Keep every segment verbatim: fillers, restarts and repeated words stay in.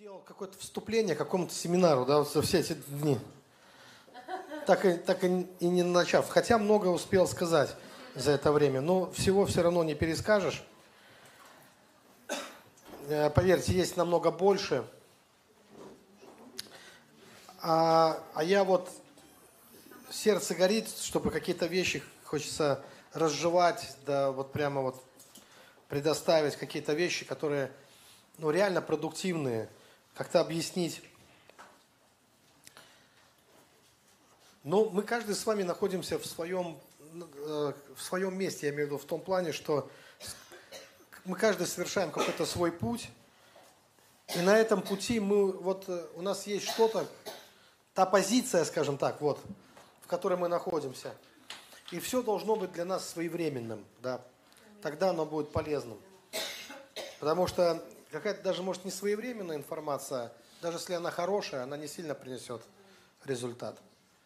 сделал какое-то вступление к какому-то семинару, да, вот за все эти дни. Так и, так и, и не начав. Хотя много успел сказать за это время, но всего все равно не перескажешь. Поверьте, есть намного больше. А, а я вот, сердце горит, чтобы какие-то вещи хочется разжевать, да, вот прямо вот предоставить какие-то вещи, которые, ну, реально продуктивные, как-то объяснить. Ну, мы каждый с вами находимся в своем, в своем месте, я имею в виду в том плане, что мы каждый совершаем какой-то свой путь, и на этом пути мы, вот у нас есть что-то, та позиция, скажем так, вот, в которой мы находимся, и все должно быть для нас своевременным, да, тогда оно будет полезным. Потому что какая-то даже, может, не своевременная информация, даже если она хорошая, она не сильно принесет результат.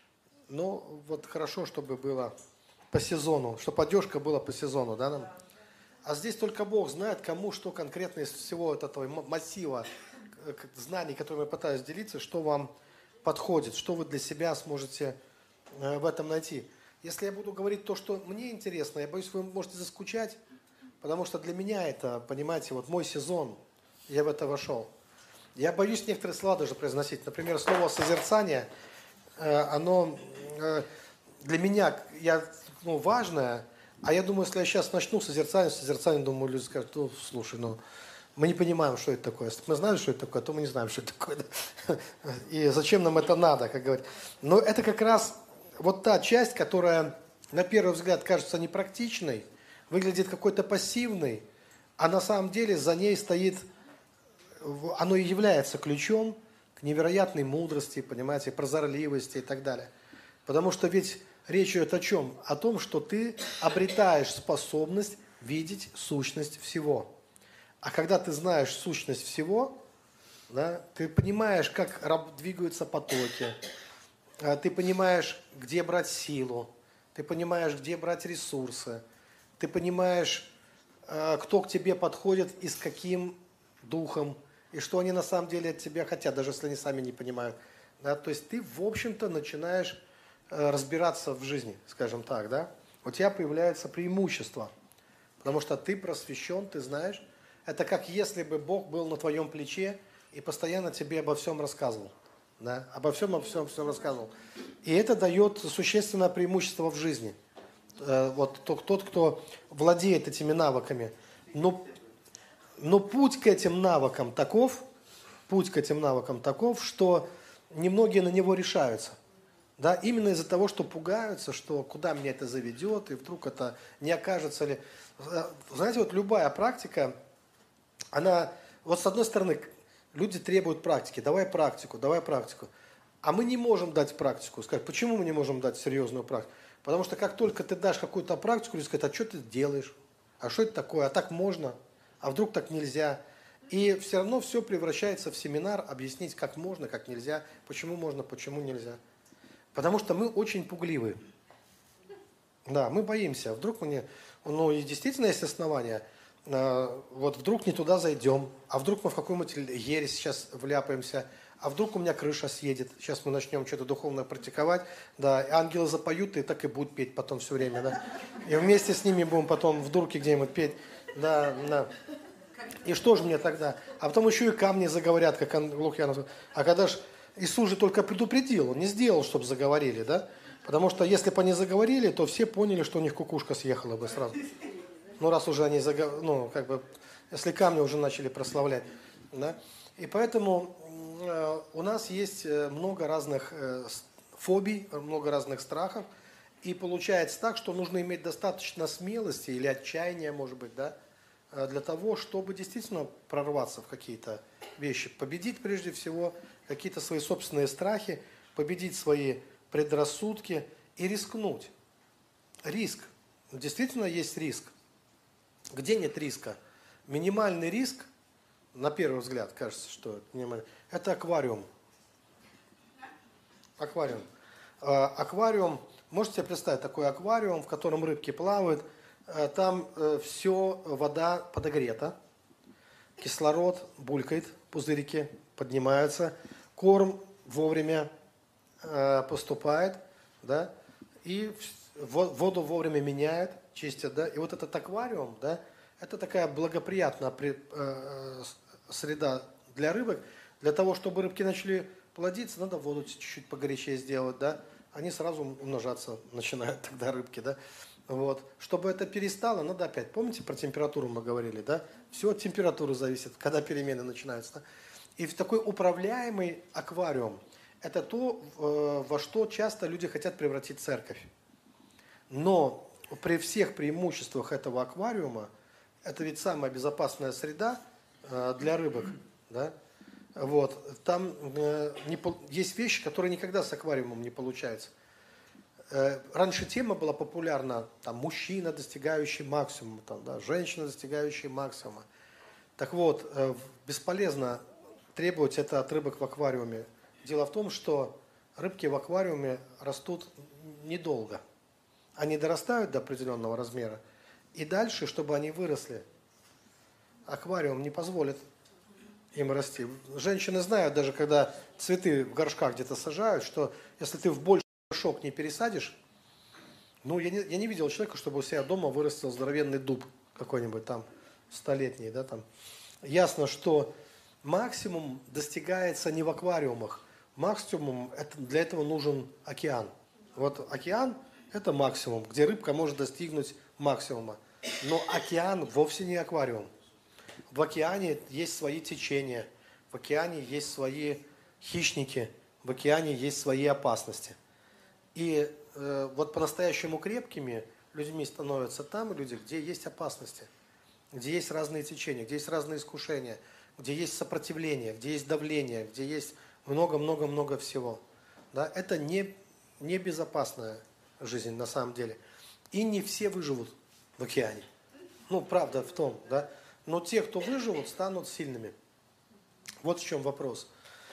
Но вот хорошо, чтобы было по сезону, чтобы одежка была по сезону, да, нам? А здесь только Бог знает, кому что конкретно из всего этого массива знаний, которыми я пытаюсь делиться, что вам подходит, что вы для себя сможете в этом найти. Если я буду говорить то, что мне интересно, я боюсь, вы можете заскучать, потому что для меня это, понимаете, вот мой сезон, я в это вошел. Я боюсь некоторые слова даже произносить. Например, слово «созерцание», оно для меня я, ну, важное, а я думаю, если я сейчас начну созерцание, созерцание, думаю, люди скажут, ну, слушай, ну, мы не понимаем, что это такое. Если бы мы знали, что это такое, то мы не знаем, что это такое. Да? И зачем нам это надо, как говорят. Но это как раз вот та часть, которая на первый взгляд кажется непрактичной, выглядит какой-то пассивной, а на самом деле за ней стоит, оно и является ключом к невероятной мудрости, понимаете, прозорливости и так далее. Потому что ведь речь идет о чем? О том, что ты обретаешь способность видеть сущность всего. А когда ты знаешь сущность всего, да, ты понимаешь, как двигаются потоки, ты понимаешь, где брать силу, ты понимаешь, где брать ресурсы, ты понимаешь, кто к тебе подходит и с каким духом, и что они на самом деле от тебя хотят, даже если они сами не понимают. Да? То есть ты, в общем-то, начинаешь разбираться в жизни, скажем так, да? У тебя появляется преимущество, потому что ты просвещен, ты знаешь. Это как если бы Бог был на твоем плече и постоянно тебе обо всем рассказывал. Да? Обо всем, обо всем, всем рассказывал. И это дает существенное преимущество в жизни. Вот тот, кто владеет этими навыками. Но, но путь к этим навыкам таков, путь к этим навыкам таков, что немногие на него решаются. Да, именно из-за того, что пугаются, что куда меня это заведет, и вдруг это не окажется ли... Знаете, вот любая практика, она... Вот с одной стороны, люди требуют практики. Давай практику, давай практику. А мы не можем дать практику. Сказать, почему мы не можем дать серьезную практику? Потому что как только ты дашь какую-то практику, люди скажут, а что ты делаешь? А что это такое? А так можно? А вдруг так нельзя? И все равно все превращается в семинар, объяснить, как можно, как нельзя, почему можно, почему нельзя. Потому что мы очень пугливы. Да, мы боимся. Вдруг мы не... Ну, и действительно есть основания. Вот вдруг не туда зайдем, а вдруг мы в какую-нибудь ересь сейчас вляпаемся, а вдруг у меня крыша съедет. Сейчас мы начнем что-то духовное практиковать. Да, и ангелы запоют, и так и будут петь потом все время. Да. И вместе с ними будем потом в дурке где-нибудь петь. Да, да. И что же мне тогда? А потом еще и камни заговорят, как Лукьянов. А когда же... Иисус же только предупредил, он не сделал, чтобы заговорили, да? Потому что если бы они заговорили, то все поняли, что у них кукушка съехала бы сразу. Ну, раз уже они заговорили, ну, как бы, если камни уже начали прославлять, да? И поэтому э, у нас есть много разных э, фобий, много разных страхов, и получается так, что нужно иметь достаточно смелости или отчаяния, может быть, да? Для того, чтобы действительно прорваться в какие-то вещи, победить прежде всего какие-то свои собственные страхи, победить свои предрассудки и рискнуть. Риск. Действительно есть риск. Где нет риска? Минимальный риск, на первый взгляд, кажется, что это аквариум. Аквариум. Аквариум, можете себе представить такой аквариум, в котором рыбки плавают. Там э, все, вода подогрета, кислород булькает в пузырьке, поднимаются, корм вовремя э, поступает, да, и воду вовремя меняет, чистят, да, и вот этот аквариум, да, это такая благоприятная э, среда для рыбок. Для того, чтобы рыбки начали плодиться, надо воду чуть-чуть погорячее сделать, да, они сразу умножаться начинают тогда рыбки, да. Вот. Чтобы это перестало, надо опять, помните, про температуру мы говорили, да? Все от температуры зависит, когда перемены начинаются. Да? И в такой управляемый аквариум, это то, во что часто люди хотят превратить церковь. Но при всех преимуществах этого аквариума, это ведь самая безопасная среда для рыбок, да? Вот. Там не, есть вещи, которые никогда с аквариумом не получаются. Раньше тема была популярна, там, мужчина, достигающий максимума, там, да, женщина, достигающая максимума. Так вот, бесполезно требовать это от рыбок в аквариуме. Дело в том, что рыбки в аквариуме растут недолго. Они дорастают до определенного размера, и дальше, чтобы они выросли, аквариум не позволит им расти. Женщины знают, даже когда цветы в горшках где-то сажают, что если ты в больший горшок не пересадишь, ну, я не, я не видел человека, чтобы у себя дома вырастил здоровенный дуб какой-нибудь там, столетний, да, там. Ясно, что максимум достигается не в аквариумах. Максимум, это, для этого нужен океан. Вот океан – это максимум, где рыбка может достигнуть максимума. Но океан вовсе не аквариум. В океане есть свои течения, в океане есть свои хищники, в океане есть свои опасности. И э, вот по-настоящему крепкими людьми становятся там люди, где есть опасности, где есть разные течения, где есть разные искушения, где есть сопротивление, где есть давление, где есть много-много-много всего. Да? Это не, не безопасная жизнь на самом деле. И не все выживут в океане. Ну, правда в том, да. Но те, кто выживут, станут сильными. Вот в чем вопрос.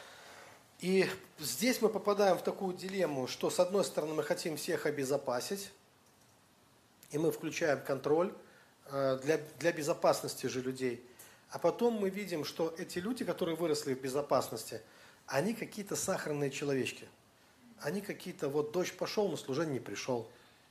И здесь мы попадаем в такую дилемму, что с одной стороны мы хотим всех обезопасить, и мы включаем контроль для, для безопасности же людей. А потом мы видим, что эти люди, которые выросли в безопасности, они какие-то сахарные человечки. Они какие-то, вот дождь пошел, но служение не пришел.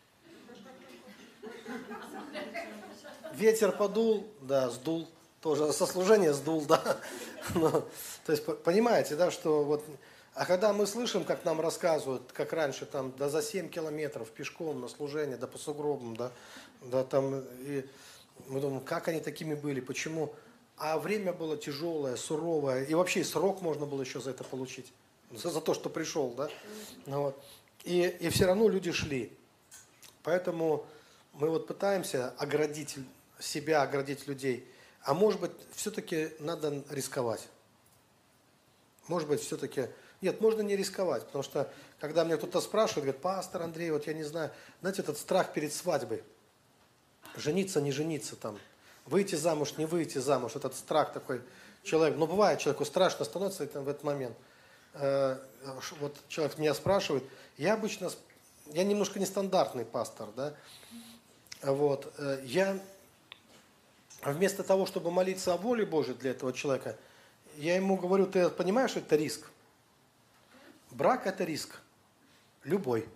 Ветер подул, да, сдул, тоже со служения сдул, да. Но, то есть, понимаете, да, что вот... А когда мы слышим, как нам рассказывают, как раньше, там, да за семь километров пешком на служение, да по сугробам, да, да там, и мы думаем, как они такими были, почему? А время было тяжелое, суровое, и вообще срок можно было еще за это получить, за, за то, что пришел, да. Ну, вот. И, и все равно люди шли. Поэтому мы вот пытаемся оградить себя, оградить людей. А может быть, все-таки надо рисковать. Может быть, все-таки... Нет, можно не рисковать, потому что, когда мне кто-то спрашивает, говорит, пастор Андрей, вот я не знаю, знаете, этот страх перед свадьбой. Жениться, не жениться там. Выйти замуж, не выйти замуж. Этот страх такой человек. Ну, бывает, человеку страшно становится в этот момент. Вот человек меня спрашивает. Я обычно... Я немножко нестандартный пастор, да. Вот. Я вместо того, чтобы молиться о воле Божьей для этого человека, я ему говорю, ты понимаешь, что это риск? Брак – это риск. Любой.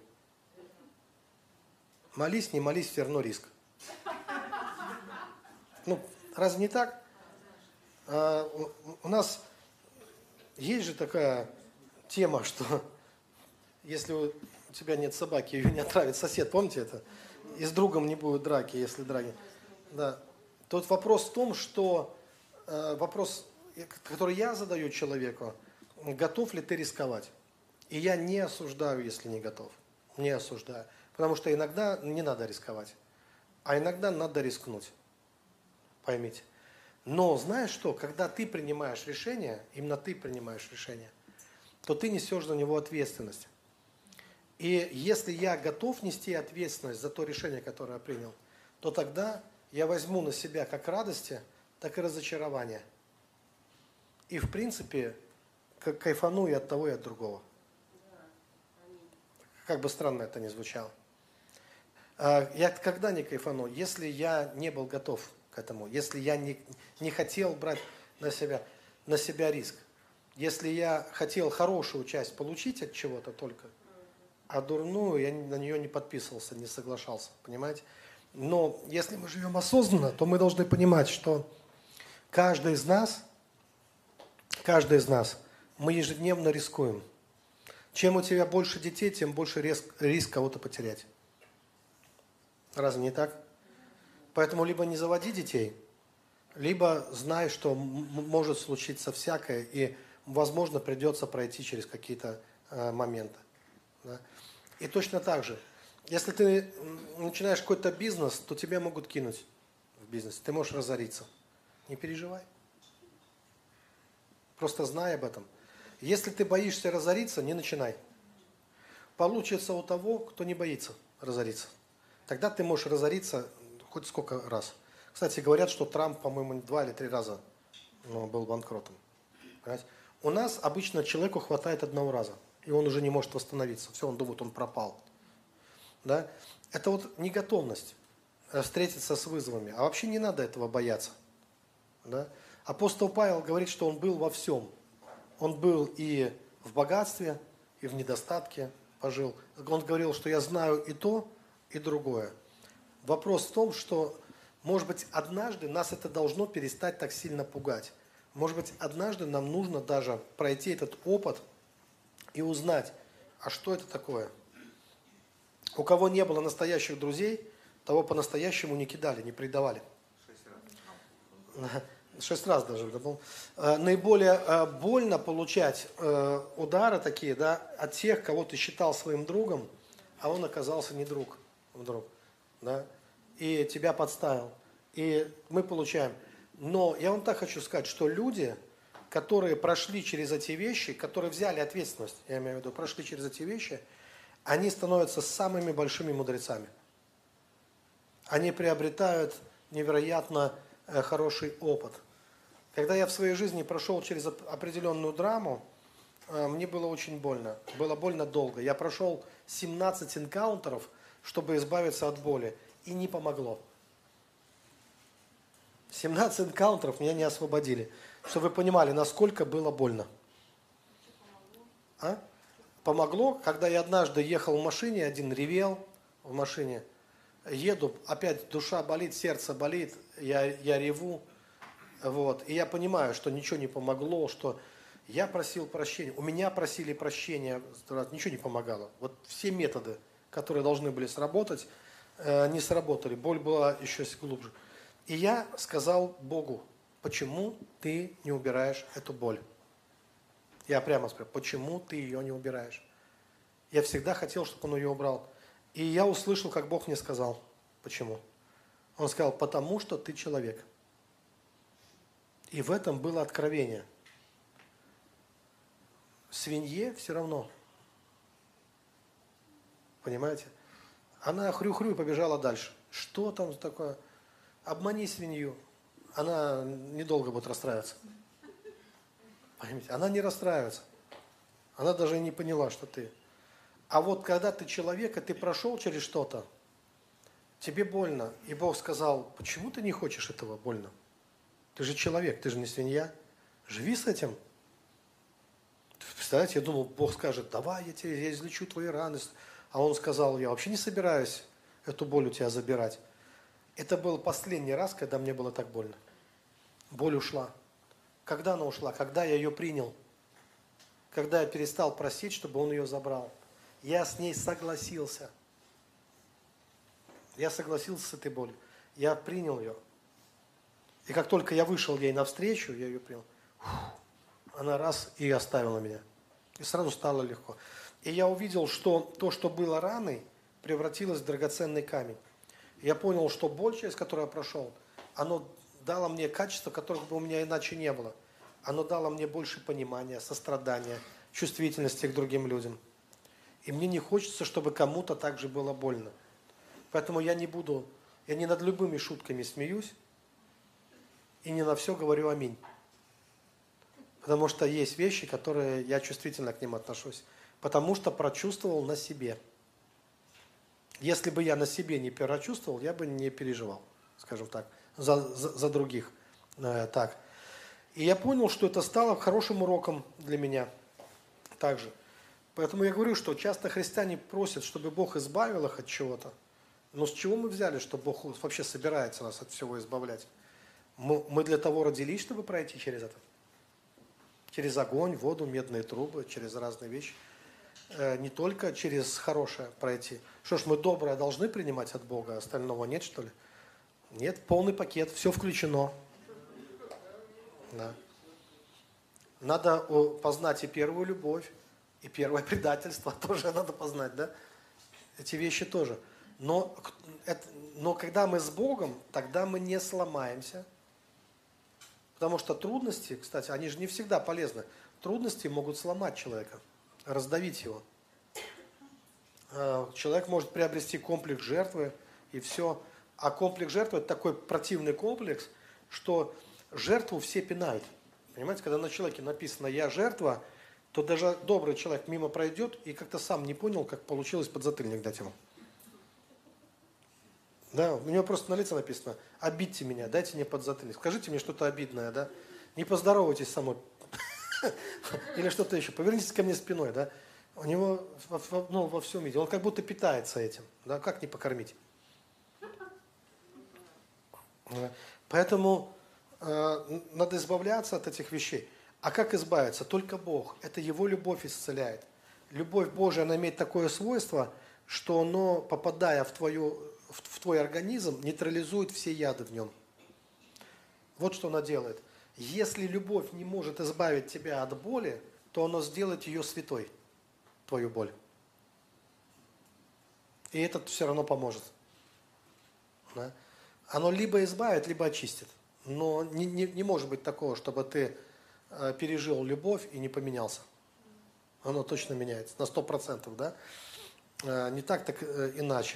Молись, не молись, все равно риск. Ну, разве не так? А, у, у нас есть же такая тема, что если у тебя нет собаки, ее не отравит сосед, помните это? И с другом не будет драки, если драки. Да. Тут вопрос в том, что э, вопрос, который я задаю человеку, готов ли ты рисковать? И я не осуждаю, если не готов. Не осуждаю. Потому что иногда не надо рисковать. А иногда надо рискнуть. Поймите. Но знаешь что? Когда ты принимаешь решение, именно ты принимаешь решение, то ты несешь за него ответственность. И если я готов нести ответственность за то решение, которое я принял, то тогда я возьму на себя как радости, так и разочарования. И в принципе кайфану и от того, и от другого. Как бы странно это ни звучало. Я когда не кайфану? Если я не был готов к этому, если я не, не хотел брать на себя, на себя риск. Если я хотел хорошую часть получить от чего-то только, а дурную я на нее не подписывался, не соглашался, понимаете? Но если мы живем осознанно, то мы должны понимать, что каждый из нас, каждый из нас, мы ежедневно рискуем. Чем у тебя больше детей, тем больше риск, риск кого-то потерять. Разве не так? Поэтому либо не заводи детей, либо знай, что может случиться всякое, и, возможно, придется пройти через какие-то э, моменты. Да? И точно так же, если ты начинаешь какой-то бизнес, то тебя могут кинуть в бизнес, ты можешь разориться. Не переживай. Просто знай об этом. Если ты боишься разориться, не начинай. Получится у того, кто не боится разориться. Тогда ты можешь разориться хоть сколько раз. Кстати, говорят, что Трамп, по-моему, два или три раза ну, был банкротом. Понимаете? У нас обычно человеку хватает одного раза, и он уже не может восстановиться. Все, он думает, он пропал. Да? Это вот неготовность встретиться с вызовами. А вообще не надо этого бояться. Да? Апостол Павел говорит, что он был во всем. Он был и в богатстве, и в недостатке пожил. Он говорил, что я знаю и то, и другое. Вопрос в том, что, может быть, однажды нас это должно перестать так сильно пугать. Может быть, однажды нам нужно даже пройти этот опыт и узнать, а что это такое. У кого не было настоящих друзей, того по-настоящему не кидали, не предавали. Шесть раз. Шесть раз даже. Наиболее больно получать удары такие, да, от тех, кого ты считал своим другом, а он оказался не друг вдруг, да, и тебя подставил. И мы получаем. Но я вам так хочу сказать, что люди, которые прошли через эти вещи, которые взяли ответственность, я имею в виду, прошли через эти вещи, они становятся самыми большими мудрецами. Они приобретают невероятно хороший опыт. Когда я в своей жизни прошел через определенную драму, мне было очень больно. Было больно долго. Я прошел семнадцать энкаунтеров, чтобы избавиться от боли. И не помогло. семнадцать энкаунтеров меня не освободили. Чтобы вы понимали, насколько было больно. А? Помогло, когда я однажды ехал в машине, один ревел в машине. Еду, опять душа болит, сердце болит, я, я реву. Вот. И я понимаю, что ничего не помогло, что я просил прощения, у меня просили прощения, ничего не помогало. Вот все методы, которые должны были сработать, не сработали, боль была еще глубже. И я сказал Богу, почему ты не убираешь эту боль? Я прямо спросил, почему ты ее не убираешь? Я всегда хотел, чтобы он ее убрал. И я услышал, как Бог мне сказал, почему. Он сказал, потому что ты человек. И в этом было откровение. Свинье все равно. Понимаете? Она хрю-хрю и побежала дальше. Что там такое? Обмани свинью. Она недолго будет расстраиваться. Поймите, она не расстраивается. Она даже и не поняла, что ты. А вот когда ты человек, и ты прошел через что-то, тебе больно. И Бог сказал, почему ты не хочешь этого больно? Ты же человек, ты же не свинья. Живи с этим. Представляете, я думал, Бог скажет, давай я тебе я излечу твои раны. А он сказал, я вообще не собираюсь эту боль у тебя забирать. Это был последний раз, когда мне было так больно. Боль ушла. Когда она ушла? Когда я ее принял. Когда я перестал просить, чтобы он ее забрал. Я с ней согласился. Я согласился с этой болью. Я принял ее. И как только я вышел ей навстречу, я ее принял. Она раз и оставила меня. И сразу стало легко. И я увидел, что то, что было раной, превратилось в драгоценный камень. Я понял, что боль, через которую я прошел, оно дало мне качества, которых бы у меня иначе не было. Оно дало мне больше понимания, сострадания, чувствительности к другим людям. И мне не хочется, чтобы кому-то так же было больно. Поэтому я не буду, я не над любыми шутками смеюсь и не на все говорю аминь. Потому что есть вещи, которые я чувствительно к ним отношусь. Потому что прочувствовал на себе. Если бы я на себе не прочувствовал, я бы не переживал, скажем так, за, за, за других. Э, так. И я понял, что это стало хорошим уроком для меня также. Поэтому я говорю, что часто христиане просят, чтобы Бог избавил их от чего-то. Но с чего мы взяли, что Бог вообще собирается нас от всего избавлять? Мы, мы для того родились, чтобы пройти через это. Через огонь, воду, медные трубы, через разные вещи. Э, не только через хорошее пройти. Что ж, мы доброе должны принимать от Бога, а остального нет, что ли? Нет, полный пакет, все включено. Да. Надо познать и первую любовь, и первое предательство тоже надо познать, да? Эти вещи тоже. Но, это, но когда мы с Богом, тогда мы не сломаемся. Потому что трудности, кстати, они же не всегда полезны. Трудности могут сломать человека, раздавить его. Человек может приобрести комплекс жертвы, и все. А комплекс жертвы – это такой противный комплекс, что жертву все пинают. Понимаете, когда на человеке написано «я жертва», то даже добрый человек мимо пройдет и как-то сам не понял, как получилось подзатыльник дать ему. Да, у него просто на лице написано «обидьте меня, дайте мне подзатыльник, скажите мне что-то обидное, да, не поздоровайтесь со мной». Или что-то еще, повернитесь ко мне спиной, да. У него ну, во всем виде, он как будто питается этим, да, как не покормить. Поэтому э, надо избавляться от этих вещей. А как избавиться? Только Бог. Это Его любовь исцеляет. Любовь Божия, она имеет такое свойство, что оно, попадая в, твою, в, в твой организм, нейтрализует все яды в нем. Вот что она делает. Если любовь не может избавить тебя от боли, то она сделает ее святой, твою боль. И это все равно поможет. Да? Оно либо избавит, либо очистит. Но не, не, не может быть такого, чтобы ты э, пережил любовь и не поменялся. Оно точно меняется, на сто процентов, да? Э, не так, так э, иначе.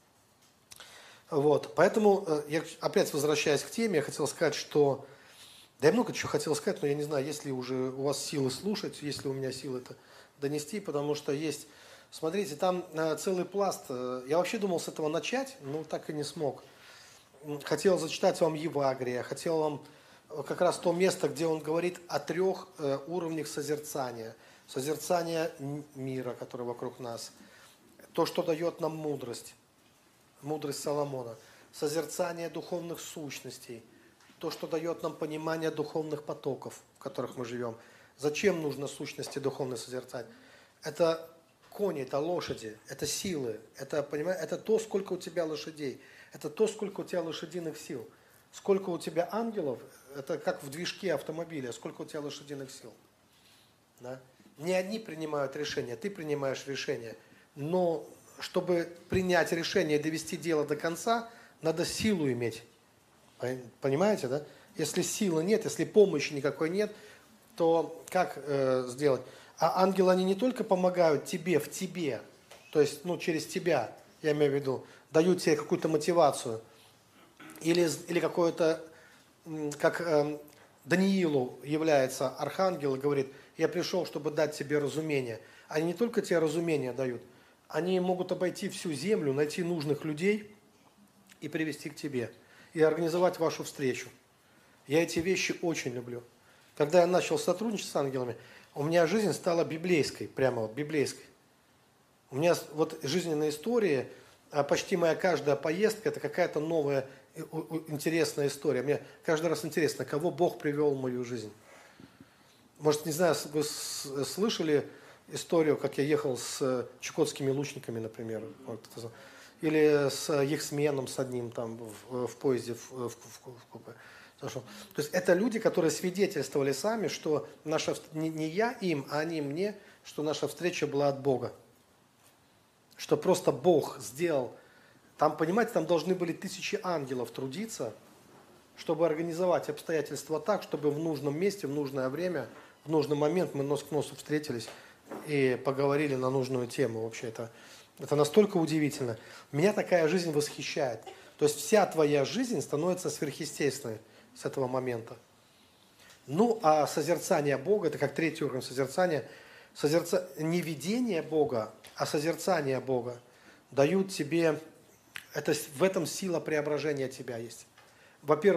Вот, поэтому, э, я опять возвращаясь к теме, я хотел сказать, что... Да я много чего хотел сказать, но я не знаю, есть ли уже у вас силы слушать, есть ли у меня силы это донести, потому что есть... Смотрите, там э, целый пласт. Э, я вообще думал с этого начать, но так и не смог. Хотел зачитать вам Евагрия, хотел вам как раз то место, где он говорит о трех э, уровнях созерцания. Созерцание мира, который вокруг нас. То, что дает нам мудрость. Мудрость Соломона. Созерцание духовных сущностей. То, что дает нам понимание духовных потоков, в которых мы живем. Зачем нужно сущности духовно созерцать? Это кони, это лошади, это силы. Это, понимаете, это то, сколько у тебя лошадей. Это то, сколько у тебя лошадиных сил. Сколько у тебя ангелов, это как в движке автомобиля, сколько у тебя лошадиных сил. Да? Не одни принимают решения, ты принимаешь решения. Но чтобы принять решение, довести дело до конца, надо силу иметь. Понимаете, да? Если силы нет, если помощи никакой нет, то как э, сделать? А ангелы, они не только помогают тебе в тебе, то есть, ну, через тебя, я имею в виду, дают тебе какую-то мотивацию. Или, или какое-то, как э, Даниилу является архангел и говорит, я пришел, чтобы дать тебе разумение. Они не только тебе разумение дают, они могут обойти всю землю, найти нужных людей и привести к тебе. И организовать вашу встречу. Я эти вещи очень люблю. Когда я начал сотрудничать с ангелами, у меня жизнь стала библейской, прямо вот библейской. У меня вот жизненная история, почти моя каждая поездка, это какая-то новая, интересная история. Мне каждый раз интересно, кого Бог привел в мою жизнь. Может, не знаю, вы слышали историю, как я ехал с чукотскими лучниками, например. Или с яхсменом, с одним там в, в поезде, в, в, в, в, то есть это люди, которые свидетельствовали сами, что наша, не, не я им, а они мне, что наша встреча была от Бога. Что просто Бог сделал. Там, понимаете, там должны были тысячи ангелов трудиться, чтобы организовать обстоятельства так, чтобы в нужном месте, в нужное время, в нужный момент мы нос к носу встретились и поговорили на нужную тему. Вообще это... Это настолько удивительно. Меня такая жизнь восхищает. То есть вся твоя жизнь становится сверхъестественной с этого момента. Ну, а созерцание Бога, это как третий уровень созерцания, созерца... не видение Бога, а созерцание Бога дают тебе, это, в этом сила преображения тебя есть. Во-первых,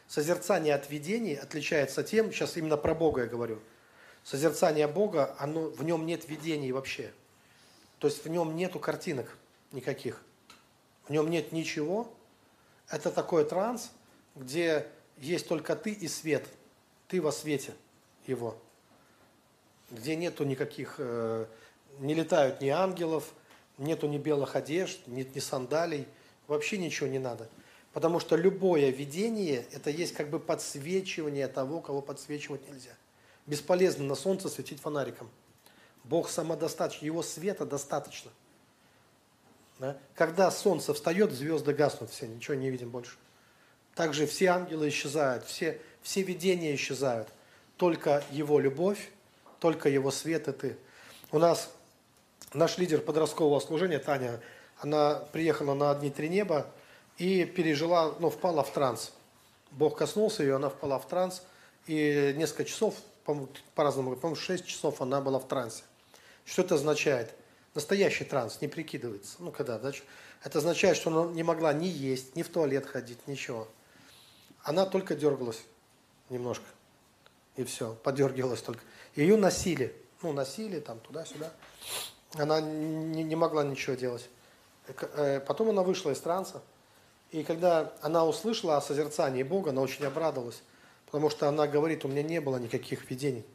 Созерцание от видений отличается тем, сейчас именно про Бога я говорю, созерцание Бога, оно, в нем нет видений вообще. То есть в нем нету картинок никаких. В нем нет ничего. Это такой транс, где есть только ты и свет. Ты во свете его. Где нету никаких, э, не летают ни ангелов, нету ни белых одежд, ни, ни сандалий. Вообще ничего не надо. Потому что любое видение, это есть как бы подсвечивание того, кого подсвечивать нельзя. Бесполезно на солнце светить фонариком. Бог самодостаточен, его света достаточно. Да? Когда солнце встает, звезды гаснут все, ничего не видим больше. Также все ангелы исчезают, все, все видения исчезают. Только его любовь, только его свет и ты. У нас наш лидер подросткового служения, Таня, она приехала на одни три неба и пережила, ну, впала в транс. Бог коснулся ее, она впала в транс. И несколько часов, по-разному, по-моему, шесть часов она была в трансе. Что это означает? Настоящий транс, не прикидывается. Ну, когда, да? Это означает, что она не могла ни есть, ни в туалет ходить, ничего. Она только дергалась немножко. И все, подергивалась только. Ее носили. Ну, носили там туда-сюда. Она не, не могла ничего делать. Потом она вышла из транса. И когда она услышала о созерцании Бога, она очень обрадовалась. Потому что она говорит, у меня не было никаких видений.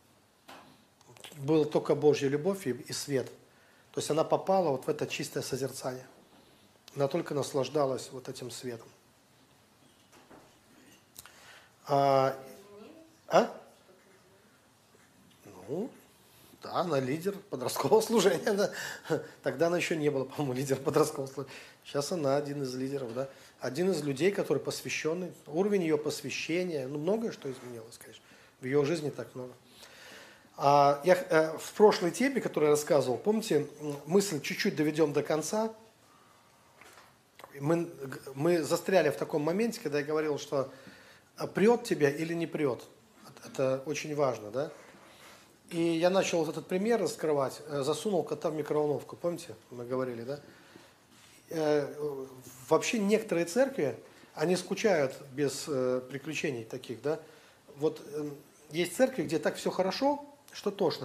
Была только Божья любовь и, и свет. То есть она попала вот в это чистое созерцание. Она только наслаждалась вот этим светом. А? а? Ну, да, она лидер подросткового служения. Да. Тогда она еще не была, по-моему, лидер подросткового служения. Сейчас она один из лидеров, да. Один из людей, который посвященный. Уровень ее посвящения, ну, многое что изменилось, конечно. В ее жизни так много. А я э, в прошлой теме, которую я рассказывал, помните, мысль чуть-чуть доведем до конца. Мы, мы застряли в таком моменте, когда я говорил, что прет тебя или не прет. Это очень важно, да? И я начал вот этот пример раскрывать, засунул кота в микроволновку. Помните, мы говорили, да? Э, вообще некоторые церкви, они скучают без э, приключений таких, да? Вот э, есть церкви, где так все хорошо, что тошно.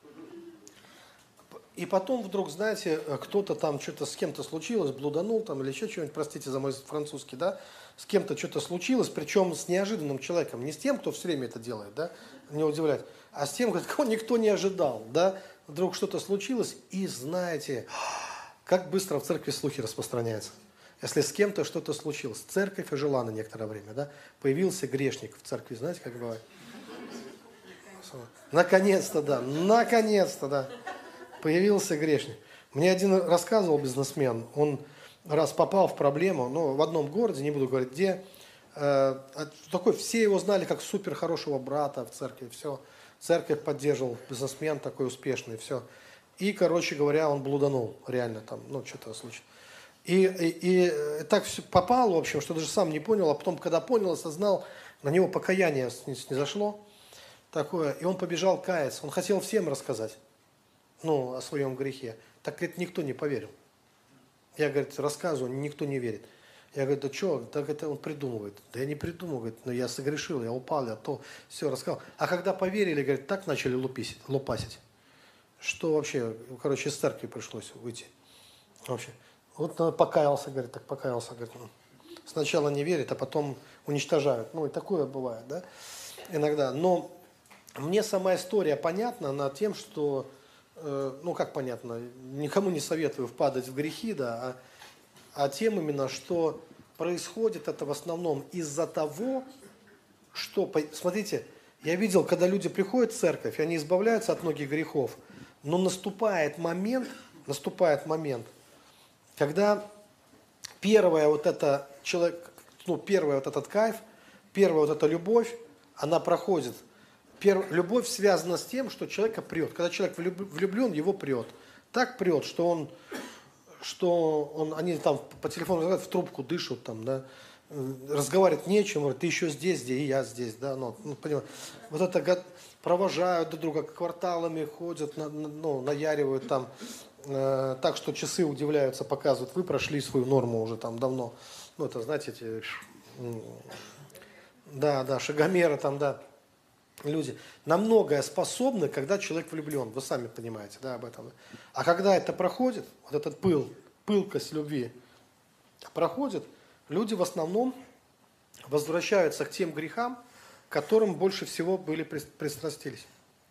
И потом вдруг, знаете, кто-то там что-то с кем-то случилось, блуданул там или еще что-нибудь, простите за мой французский, да, с кем-то что-то случилось, причем с неожиданным человеком, не с тем, кто все время это делает, да, не удивляет, а с тем, кого никто не ожидал, да, вдруг что-то случилось, и знаете, как быстро в церкви слухи распространяются. Если с кем-то что-то случилось, церковь ожила на некоторое время, да, появился грешник в церкви, знаете, как бывает? Наконец-то, да, наконец-то, да. Появился грешник. Мне один рассказывал бизнесмен, он раз попал в проблему, ну, в одном городе, не буду говорить где, э, такой, все его знали как супер хорошего брата в церкви, все, церковь поддерживал, бизнесмен такой успешный, все. И, короче говоря, он блуданул, реально там, ну, что-то случилось. И, и, и так все попал, в общем, что даже сам не понял, а потом, когда понял, осознал, на него покаяние снизошло такое, и он побежал каяться, он хотел всем рассказать. Ну, о своем грехе. Так, говорит, никто не поверил. Я, говорит, рассказываю, никто не верит. Я говорю, да что, так это он придумывает. Да я не придумываю, говорит, но я согрешил, я упал, я то, все, рассказал. А когда поверили, говорит, так начали луписить, лупасить, что вообще, короче, из церкви пришлось выйти. Вообще. Вот он покаялся, говорит, так покаялся, говорит. Сначала не верит, а потом уничтожают. Ну, и такое бывает, да, иногда. Но мне сама история понятна, она тем, что ну, как понятно, никому не советую впадать в грехи, да, а, а тем именно, что происходит это в основном из-за того, что, смотрите, я видел, когда люди приходят в церковь, они избавляются от многих грехов, но наступает момент, наступает момент, когда первая вот эта человек, ну, первый вот этот кайф, первая вот эта любовь, она проходит. Любовь связана с тем, что человека прет. Когда человек влюблен, его прет. Так прет, что он, что он, они там по телефону разговаривают, в трубку дышат, там, да, разговаривать нечем, говорят, ты еще здесь, где и я здесь, да, ну, ну понимаешь, вот это провожают друг друга, кварталами ходят, на, ну, наяривают там, э, так что часы удивляются, показывают, вы прошли свою норму уже там давно, ну это, знаете, эти Да, да, шагомеры там, да. Люди на многое способны, когда человек влюблен. Вы сами понимаете, да, об этом. А когда это проходит, вот этот пыл, пылкость любви проходит, люди в основном возвращаются к тем грехам, к которым больше всего были пристрастились.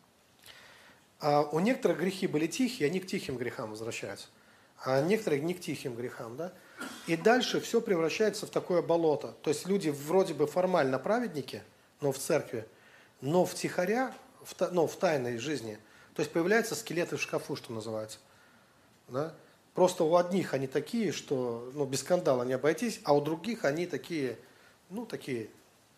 А у некоторых грехи были тихие, они к тихим грехам возвращаются. А некоторые не к тихим грехам, да? И дальше все превращается в такое болото. То есть люди вроде бы формально праведники, но в церкви, но втихаря, в, ну, в тайной жизни, то есть появляются скелеты в шкафу, что называется. Да? Просто у одних они такие, что ну, без скандала не обойтись, а у других они такие, ну, такие,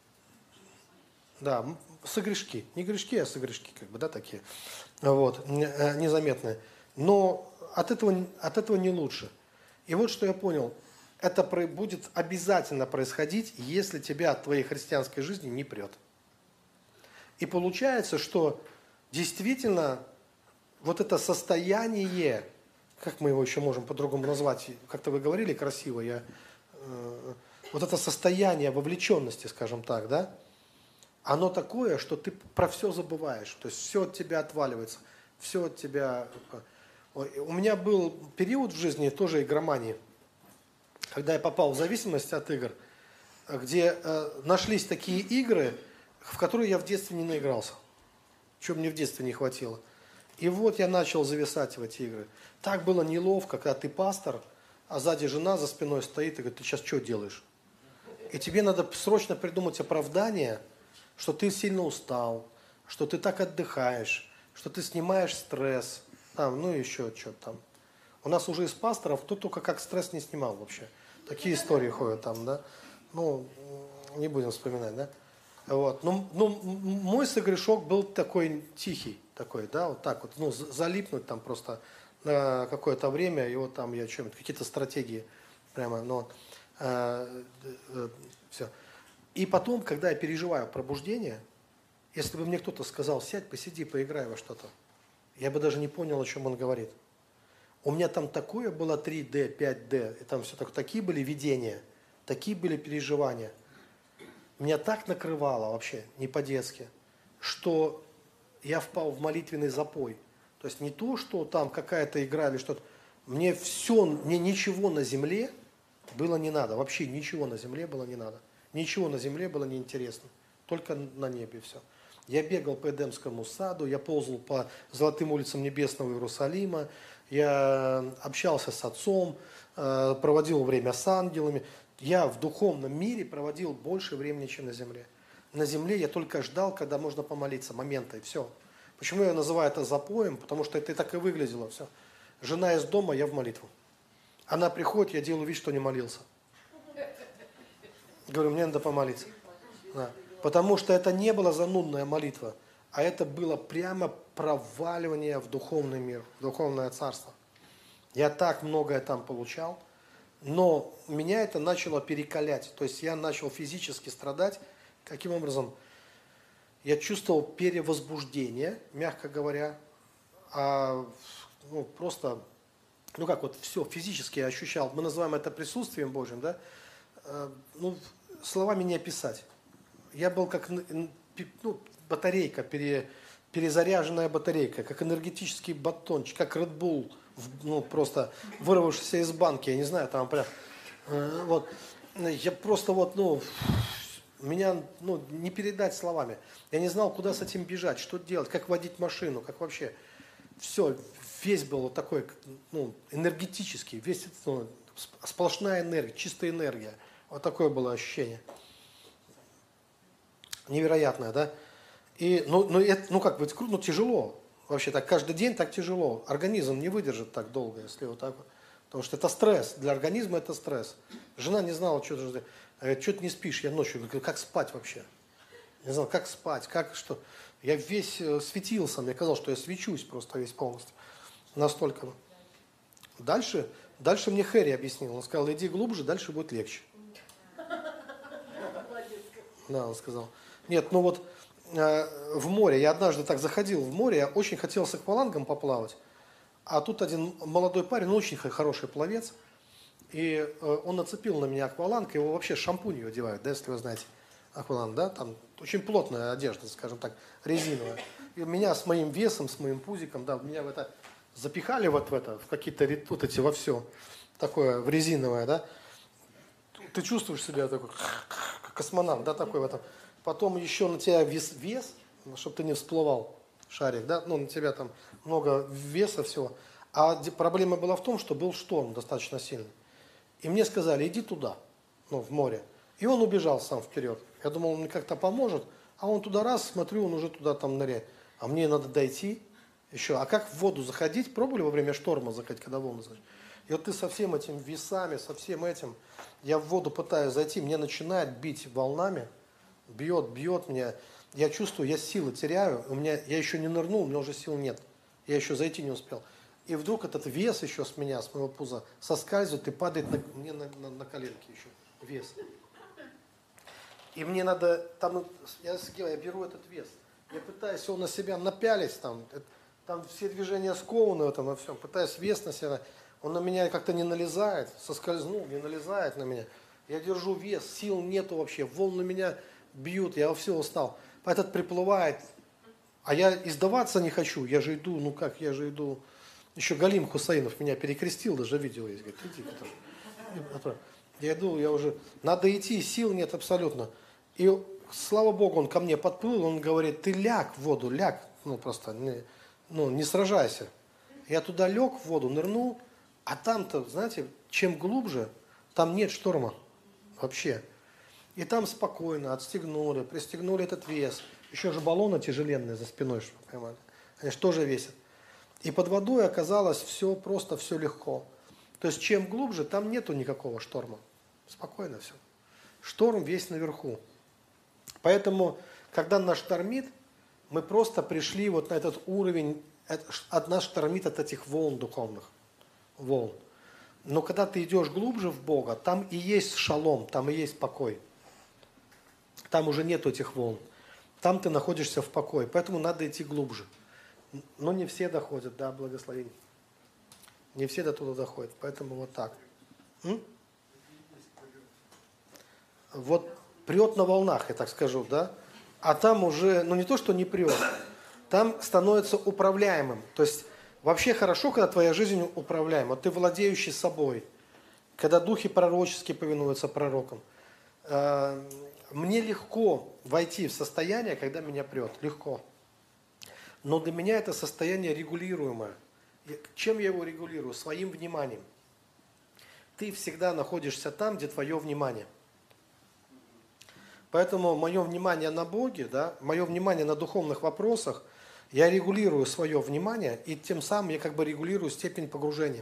да, согрешки. Не грешки, а согрешки, как бы, да, такие. Вот, незаметные. Но от этого, от этого не лучше. И вот что я понял. Это будет обязательно происходить, если тебя от твоей христианской жизни не прет. И получается, что действительно вот это состояние, как мы его еще можем по-другому назвать, как-то вы говорили красиво, я, э, вот это состояние вовлеченности, скажем так, да, оно такое, что ты про все забываешь, то есть все от тебя отваливается, все от тебя... У меня был период в жизни тоже игромании, когда я попал в зависимость от игр, где э, нашлись такие игры, в которые я в детстве не наигрался, чего мне в детстве не хватило. И вот я начал зависать в эти игры. Так было неловко, когда ты пастор, а сзади жена за спиной стоит и говорит, ты сейчас что делаешь? И тебе надо срочно придумать оправдание, что ты сильно устал, что ты так отдыхаешь, что ты снимаешь стресс, там, ну еще что-то там. У нас уже из пасторов кто только как стресс не снимал вообще. Такие истории ходят там, да. Ну, не будем вспоминать, да. Вот. Ну, ну, мой согрешок был такой тихий, такой, да, вот так вот, ну, залипнуть там просто на какое-то время, и вот там я что-нибудь, какие-то стратегии прямо, ну, э, э, все. И потом, когда я переживаю пробуждение, если бы мне кто-то сказал, сядь, посиди, поиграй во что-то, я бы даже не понял, о чем он говорит. У меня там такое было три дэ, пять дэ, и там все так, такие были видения, такие были переживания. Меня так накрывало вообще, не по-детски, что я впал в молитвенный запой. То есть не то, что там какая-то игра или что-то. Мне все, мне ничего на земле было не надо. Вообще ничего на земле было не надо. Ничего на земле было неинтересно. Только на небе все. Я бегал по Эдемскому саду, я ползал по золотым улицам небесного Иерусалима, я общался с Отцом, проводил время с ангелами. Я в духовном мире проводил больше времени, чем на земле. На земле я только ждал, когда можно помолиться, момента, и все. Почему я называю это запоем? Потому что это и так и выглядело все. Жена из дома, я в молитву. Она приходит, я делаю вид, что не молился. Говорю, мне надо помолиться. Да. Потому что это не была занудная молитва, а это было прямо проваливание в духовный мир, в духовное царство. Я так многое там получал. Но меня это начало перекалять, то есть я начал физически страдать. Каким образом? Я чувствовал перевозбуждение, мягко говоря, а, ну, просто, ну как вот все физически я ощущал, мы называем это присутствием Божьим, да, а, ну, словами не описать. Я был как ну, батарейка, пере, перезаряженная батарейка, как энергетический батончик, как Red Bull, ну, просто вырвавшийся из банки, я не знаю, там прям, э, вот, я просто вот, ну, меня, ну, не передать словами. Я не знал, куда с этим бежать, что делать, как водить машину, как вообще, все, весь был вот такой, ну, энергетический, весь, ну, сплошная энергия, чистая энергия, вот такое было ощущение. Невероятное, да? И, ну, ну, это, ну, как бы, ну, тяжело. Вообще так каждый день так тяжело. Организм не выдержит так долго, если вот так вот. Потому что это стресс. Для организма это стресс. Жена не знала, что ты, говорит, что ты не спишь? Я ночью говорю, как спать вообще? Не знал, как спать, как что. Я весь светился, мне казалось, что я свечусь просто весь полностью. Настолько. Дальше, дальше мне Хэри объяснил. Он сказал, иди глубже, дальше будет легче. Да, он сказал. Нет, ну вот в море, я однажды так заходил в море, я очень хотел с аквалангом поплавать, а тут один молодой парень, ну, очень хороший пловец, и он нацепил на меня акваланг, его вообще шампунью одевают, да, если вы знаете. акваланг, да, там очень плотная одежда, скажем так, резиновая. И меня с моим весом, с моим пузиком, да, меня в это запихали вот в это, в какие-то вот эти, во все, такое, в резиновое, да. Ты чувствуешь себя такой, как космонавт, да, такой в этом. Потом еще на тебя вес, вес, чтобы ты не всплывал, шарик, да, ну, на тебя там много веса всего. А проблема была в том, что был шторм достаточно сильный. И мне сказали, иди туда, ну, в море. И он убежал сам вперед. Я думал, он мне как-то поможет, а он туда раз, смотрю, он уже туда там ныряет. А мне надо дойти еще. А как в воду заходить? Пробовали во время шторма заходить, когда волны заходят? И вот ты со всем этим весами, со всем этим, я в воду пытаюсь зайти, мне начинает бить волнами, бьет, бьет меня. Я чувствую, я силы теряю, у меня, я еще не нырнул, у меня уже сил нет. Я еще зайти не успел. И вдруг этот вес еще с меня, с моего пуза, соскальзывает и падает на, мне на, на, на коленки еще. Вес. И мне надо, там, я, я беру этот вес, я пытаюсь его на себя напялить, там, там все движения скованы в этом, во всем, пытаюсь вес на себя, он на меня как-то не налезает, соскользнул, не налезает на меня. Я держу вес, сил нету вообще, волны меня бьют, я все устал. Этот приплывает, а я издаваться не хочу, я же иду, ну как, я же иду. Еще Галим Хусаинов меня перекрестил, даже видео есть, говорит, иди. Я иду, я уже, надо идти, сил нет абсолютно. И слава Богу, он ко мне подплыл, он говорит, ты ляг в воду, ляг, ну просто, не, ну не сражайся. Я туда лег в воду, нырнул, а там-то, знаете, чем глубже, там нет шторма вообще. И там спокойно отстегнули, пристегнули этот вес. Еще же баллоны тяжеленные за спиной, чтобы вы понимали. Они же тоже весят. И под водой оказалось все просто, все легко. То есть чем глубже, там нету никакого шторма. Спокойно все. Шторм весь наверху. Поэтому, когда нас штормит, мы просто пришли вот на этот уровень, от нас штормит от этих волн духовных. Волн. Но когда ты идешь глубже в Бога, там и есть шалом, там и есть покой. Там уже нету этих волн. Там ты находишься в покое. Поэтому надо идти глубже. Но не все доходят, да, благословение. Не все до туда доходят, поэтому вот так. М? Вот прет на волнах, я так скажу, да? А там уже, ну не то, что не прет, там становится управляемым. То есть вообще хорошо, когда твоя жизнь управляема. Вот ты владеющий собой, когда духи пророческие повинуются пророкам. Мне легко войти в состояние, когда меня прет, легко. Но для меня это состояние регулируемое. Чем я его регулирую? Своим вниманием. Ты всегда находишься там, где твое внимание. Поэтому мое внимание на Боге, да, мое внимание на духовных вопросах, я регулирую свое внимание, и тем самым я как бы регулирую степень погружения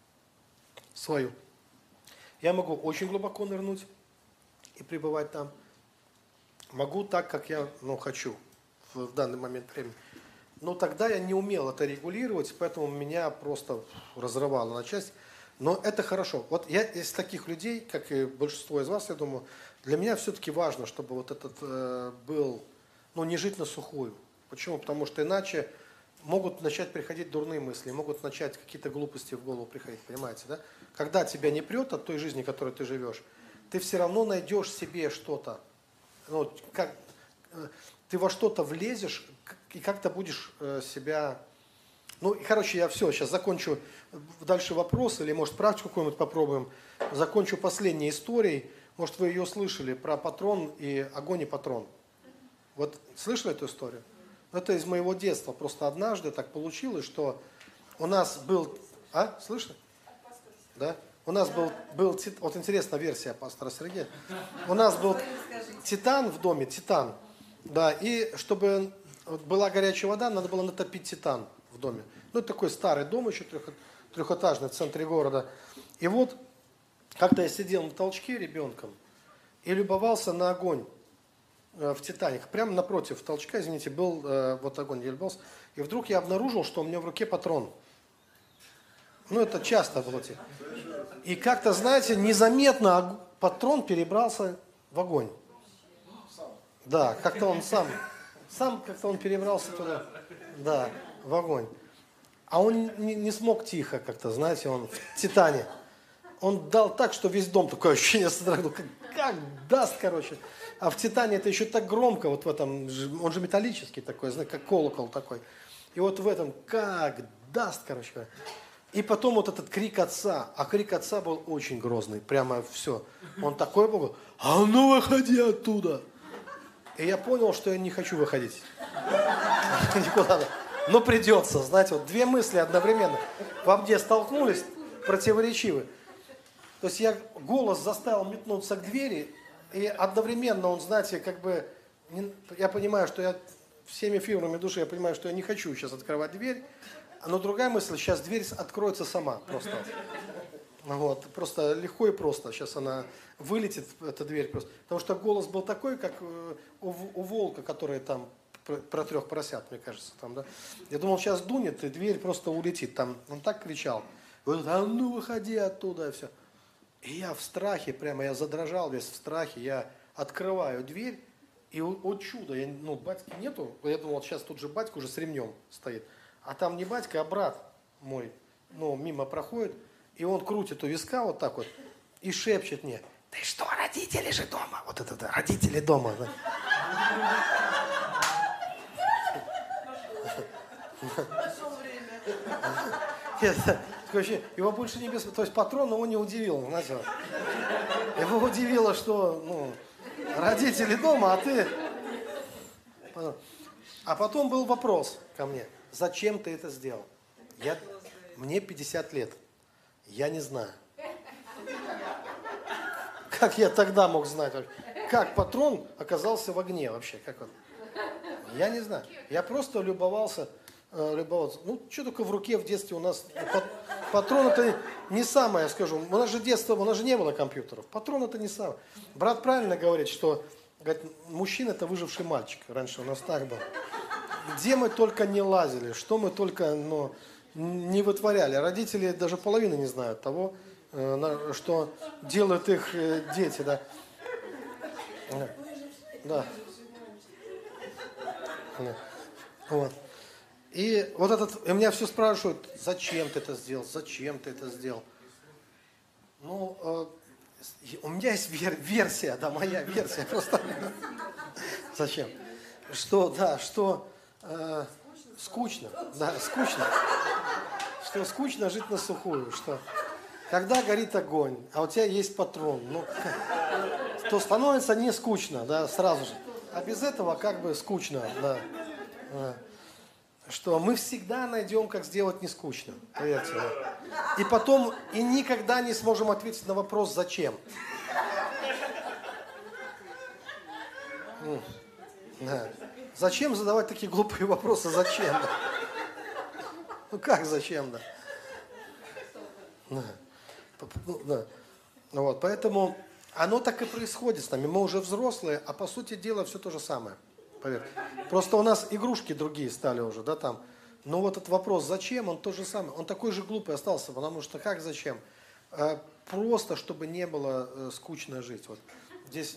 свою. Я могу очень глубоко нырнуть и пребывать там. Могу так, как я ну, хочу в, в данный момент времени. Но тогда я не умел это регулировать, поэтому меня просто разрывало на части. Но это хорошо. Вот я из таких людей, как и большинство из вас, я думаю, для меня все-таки важно, чтобы вот этот э, был, ну, не жить на сухую. Почему? Потому что иначе могут начать приходить дурные мысли, могут начать какие-то глупости в голову приходить, понимаете, да? Когда тебя не прет от той жизни, которой ты живешь, ты все равно найдешь себе что-то, ну, как, э, ты во что-то влезешь, и как-то будешь э, себя... Ну, и, короче, я все, сейчас закончу дальше вопрос, или, может, практику какую-нибудь попробуем. Закончу последней историей. Может, вы ее слышали, про патрон и огонь и патрон. Вот слышали эту историю? Это из моего детства. Просто однажды так получилось, что у нас был... А, слышали? Да? У нас был, был... Вот интересная версия пастора Сергея. У нас был титан в доме, титан. Да, и чтобы была горячая вода, надо было натопить титан в доме. Ну, это такой старый дом, еще трехэтажный, в центре города. И вот, как-то я сидел на толчке ребенком и любовался на огонь э, в Титанике. Прямо напротив толчка, извините, был э, вот огонь, я любовался. И вдруг я обнаружил, что у меня в руке патрон. Ну, это часто было. И как-то, знаете, незаметно патрон перебрался в огонь. Да, как-то он сам, сам как-то он перебрался туда, да, в огонь. А он не, не смог тихо как-то, знаете, он в Титане. Он дал так, что весь дом такое ощущение содрогнул, как, как даст, короче. А в «Титане» это еще так громко, вот в этом, он же металлический такой, знаете, как колокол такой. И вот в этом как даст, короче. И потом вот этот крик отца, а крик отца был очень грозный, прямо все. Он такой был, а ну выходи оттуда. И я понял, что я не хочу выходить. Никуда. Но придется, знаете, вот две мысли одновременно во мне столкнулись, противоречивы. То есть я голос заставил метнуться к двери, и одновременно он, знаете, как бы, не, я понимаю, что я всеми фибрами души, я понимаю, что я не хочу сейчас открывать дверь, но другая мысль, сейчас дверь откроется сама просто. Вот, просто легко и просто. Сейчас она вылетит, эта дверь просто. Потому что голос был такой, как у, у волка, который там про, про трех поросят, мне кажется. Там, да? Я думал, сейчас дунет, и дверь просто улетит. Там, он так кричал. Вот, а ну выходи оттуда, и все. И я в страхе, прямо я задрожал весь в страхе. Я открываю дверь, и о, о чудо, я, ну, батьки нету. Я думал, сейчас тут же батька уже с ремнем стоит. А там не батька, а брат мой, ну, мимо проходит. И он крутит у виска вот так вот и шепчет мне: ты что, родители же дома? Вот это, да, родители дома. Да. Его больше не без... То есть патрон его не удивил, знаете. Его удивило, что, ну, родители дома, а ты... А потом был вопрос ко мне: зачем ты это сделал? Я... Мне пятьдесят лет. Я не знаю. Как я тогда мог знать? Как патрон оказался в огне вообще? Как он? Я не знаю. Я просто любовался, э, любовался. Ну, что только в руке в детстве у нас... Патрон это не самое, я скажу. У нас же детство, у нас же не было компьютеров. Патрон это не самое. Брат правильно говорит, что, говорит, мужчина это выживший мальчик. Раньше у нас так было. Где мы только не лазили, что мы только, ну, не вытворяли. Родители даже половины не знают того, э, что делают их э, дети, да. Да. Да. Вот. И вот этот, и меня все спрашивают: зачем ты это сделал, зачем ты это сделал? Ну, э, у меня есть вер, версия, да, моя версия, просто. Зачем? Что, да, что э, скучно, да, скучно. Что скучно жить на сухую, что когда горит огонь, а у тебя есть патрон, ну, то становится не скучно, да, сразу же. А без этого как бы скучно, да. да. Что мы всегда найдем, как сделать не скучно, поверьте мне. И потом, и никогда не сможем ответить на вопрос «зачем?». Да. Зачем задавать такие глупые вопросы «зачем?». Ну как зачем, да? Да. Да. Вот, поэтому оно так и происходит с нами. Мы уже взрослые, а по сути дела все то же самое. Поверь. Просто у нас игрушки другие стали уже, да, там. Но вот этот вопрос «зачем?», он тот же самый. Он такой же глупый остался, потому что как зачем? А, просто, чтобы не было э, скучно жить. Вот здесь.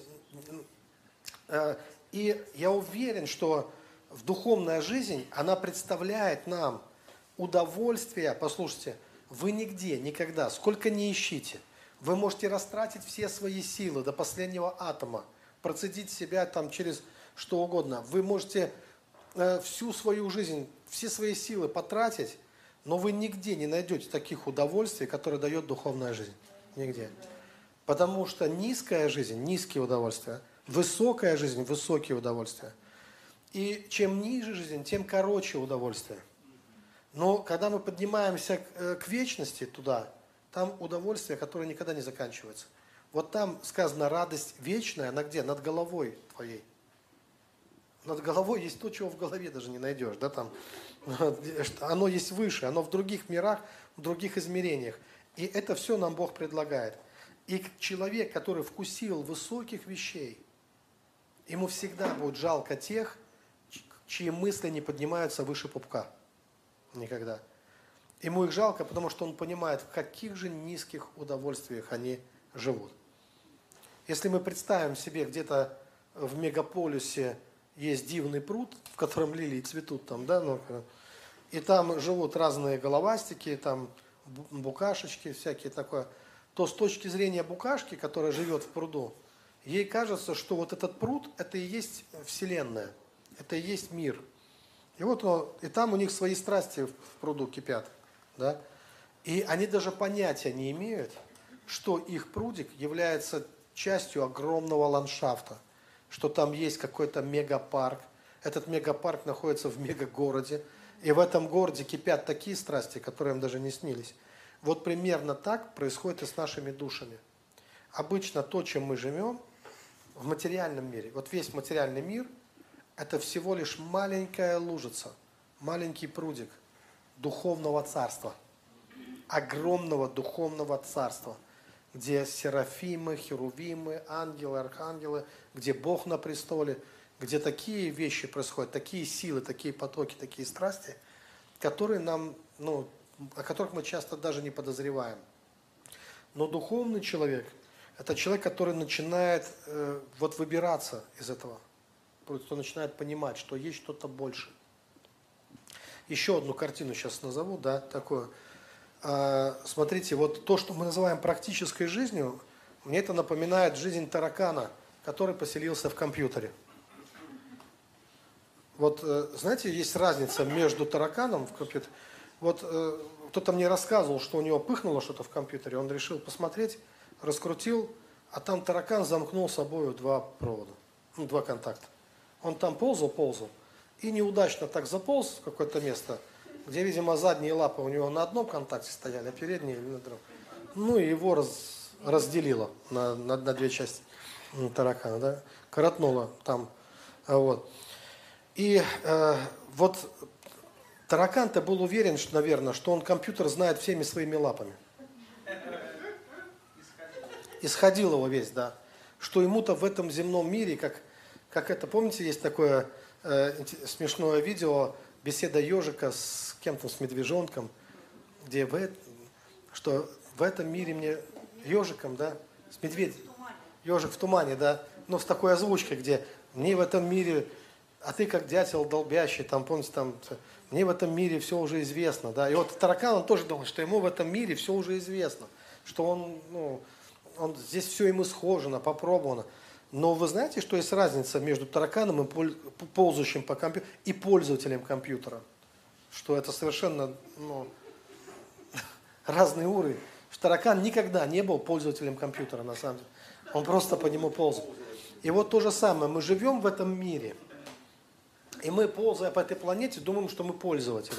Э, и я уверен, что в духовная жизнь, она представляет нам удовольствие. Послушайте, вы нигде, никогда, сколько не ищите, вы можете растратить все свои силы до последнего атома, процедить себя там через что угодно. Вы можете э, всю свою жизнь, все свои силы потратить, но вы нигде не найдете таких удовольствий, которые дает духовная жизнь. Нигде. Потому что низкая жизнь, низкие удовольствия, высокая жизнь, высокие удовольствия. И чем ниже жизнь, тем короче удовольствие. Но когда мы поднимаемся к, к вечности туда, там удовольствие, которое никогда не заканчивается. Вот там сказано радость вечная, она где? Над головой твоей. Над головой есть то, чего в голове даже не найдешь. Да, там, оно есть выше, оно в других мирах, в других измерениях. И это все нам Бог предлагает. И человек, который вкусил высоких вещей, ему всегда будет жалко тех, чьи мысли не поднимаются выше пупка. Никогда. Ему их жалко, потому что он понимает, в каких же низких удовольствиях они живут. Если мы представим себе, где-то в мегаполисе есть дивный пруд, в котором лилии цветут, там, да, ну, и там живут разные головастики, там букашечки всякие такое, то с точки зрения букашки, которая живет в пруду, Ей кажется, что вот этот пруд, это и есть Вселенная, это и есть мир. И вот он, и там у них свои страсти в пруду кипят, да? И они даже понятия не имеют, что их прудик является частью огромного ландшафта, что там есть какой-то мегапарк. Этот мегапарк находится в мегагороде, и в этом городе кипят такие страсти, которые им даже не снились. Вот примерно так происходит и с нашими душами. Обычно то, чем мы живем в материальном мире, вот весь материальный мир, это всего лишь маленькая лужица, маленький прудик духовного царства, огромного духовного царства, где серафимы, херувимы, ангелы, архангелы, где Бог на престоле, где такие вещи происходят, такие силы, такие потоки, такие страсти, которые нам, ну, о которых мы часто даже не подозреваем. Но духовный человек – это человек, который начинает э, вот выбираться из этого, кто начинает понимать, что есть что-то больше. Еще одну картину сейчас назову, да, такую. А, смотрите, вот то, что мы называем практической жизнью, мне это напоминает жизнь таракана, который поселился в компьютере. Вот, знаете, есть разница между тараканом в компьютере. Вот э, кто-то мне рассказывал, что у него пыхнуло что-то в компьютере, он решил посмотреть, раскрутил, а там таракан замкнул собой два провода, ну, два контакта. Он там ползал, ползал, и неудачно так заполз в какое-то место, где, видимо, задние лапы у него на одном контакте стояли, а передние на другом. Ну и его раз, разделило на, на, на две части таракана, да, коротнуло там, вот. И э, вот таракан-то был уверен, что, наверное, что он компьютер знает всеми своими лапами. Исходил его весь, да. Что ему-то в этом земном мире, как, как это, помните, есть такое э, смешное видео, беседа ежика с кем-то, с медвежонком, где в, что в этом мире мне ежиком, да, с медведем, ежик в тумане, да, но с такой озвучкой, где мне в этом мире, а ты как дятел долбящий, там, помните, там, мне в этом мире все уже известно, да, и вот таракан, он тоже думал, что ему в этом мире все уже известно, что он, ну, он, здесь все ему схожено, попробовано. Но вы знаете, что есть разница между тараканом и ползающим по компьютеру и пользователем компьютера? Что это совершенно, ну, разный уровень. Что таракан никогда не был пользователем компьютера, на самом деле. Он просто по нему ползал. И вот то же самое, мы живем в этом мире. И мы, ползая по этой планете, думаем, что мы пользователи.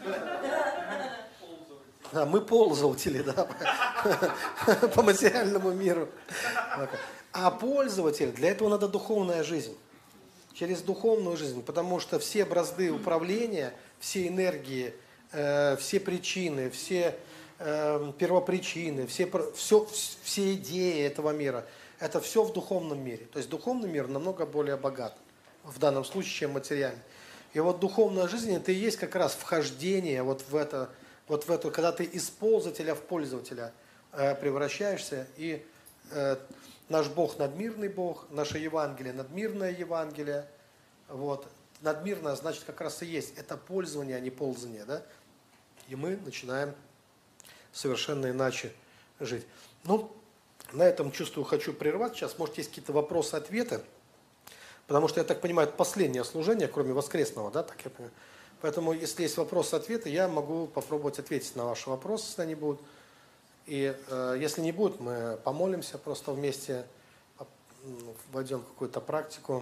Да, мы пользователи, да, по материальному миру. А пользователь, для этого надо духовная жизнь. Через духовную жизнь, потому что все бразды управления, все энергии, э, все причины, все э, первопричины, все, все, все идеи этого мира, это все в духовном мире. То есть духовный мир намного более богат в данном случае, чем материальный. И вот духовная жизнь, это и есть как раз вхождение вот в это, вот в эту, когда ты из пользователя в пользователя э, превращаешься, и э, наш Бог надмирный Бог, наше Евангелие надмирное Евангелие. Вот. Надмирное значит как раз и есть. Это пользование, а не ползание. Да? И мы начинаем совершенно иначе жить. Ну, на этом, чувствую, хочу прервать. Сейчас, может, есть какие-то вопросы, ответы. Потому что, я так понимаю, это последнее служение, кроме воскресного. Да, так я понимаю. Поэтому, если есть вопросы, ответы, я могу попробовать ответить на ваши вопросы, если они будут. И э, если не будет, мы помолимся просто вместе, войдем в какую-то практику.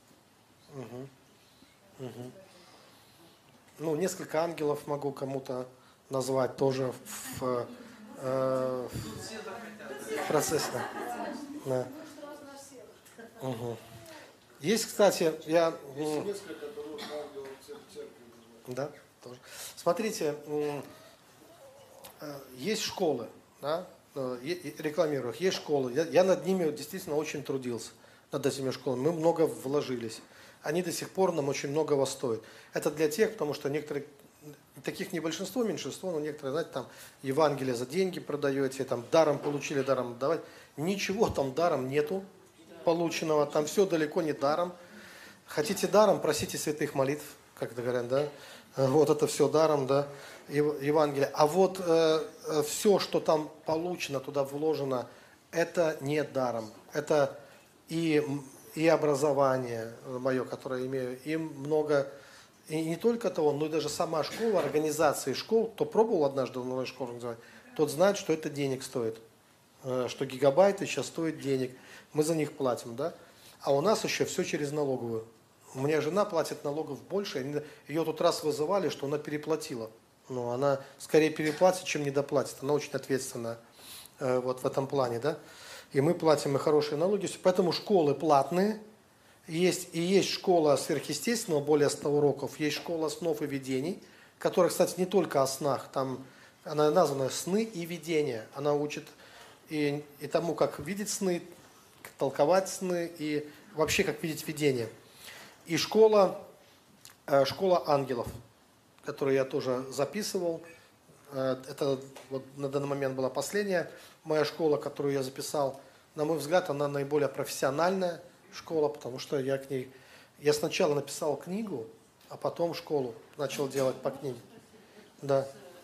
Угу. Угу. Ну, несколько ангелов могу кому-то назвать тоже в, э, в процессе. Да. Угу. Есть, кстати, я... Есть несколько ангелов церкви. Да, тоже. Смотрите, есть школы. Да, рекламирую их. Есть школы. Я, я над ними действительно очень трудился, над этими школами. Мы много вложились. Они до сих пор нам очень многого стоят. Это для тех, потому что некоторые, таких не большинство, меньшинство, но некоторые, знаете, там Евангелие за деньги продаете, там даром получили, даром отдавать. Ничего там даром нету полученного, там все далеко не даром. Хотите даром, просите святых молитв, как это говорят, да? Вот это все даром, да, Евангелие. А вот э, все, что там получено, туда вложено, это не даром. Это и, и образование мое, которое имею, и много, и не только того, но и даже сама школа, организации школ, кто пробовал однажды в новой школе организовать, тот знает, что это денег стоит, что гигабайты сейчас стоят денег, мы за них платим, да, а у нас еще все через налоговую. У меня жена платит налогов больше, ее тут раз вызывали, что она переплатила. Ну, она скорее переплатит, чем недоплатит, она очень ответственна э, вот в этом плане, да. И мы платим и хорошие налоги, поэтому школы платные. Есть, и есть школа сверхъестественного, более ста уроков, есть школа снов и видений, которая, кстати, не только о снах, там она названа «Сны и видения». Она учит и, и тому, как видеть сны, толковать сны и вообще как видеть видения. И школа, школа ангелов, которую я тоже записывал. Это вот на данный момент была последняя моя школа, которую я записал. На мой взгляд, она наиболее профессиональная школа, потому что я к ней... Я сначала написал книгу, а потом школу начал делать по книге. Да.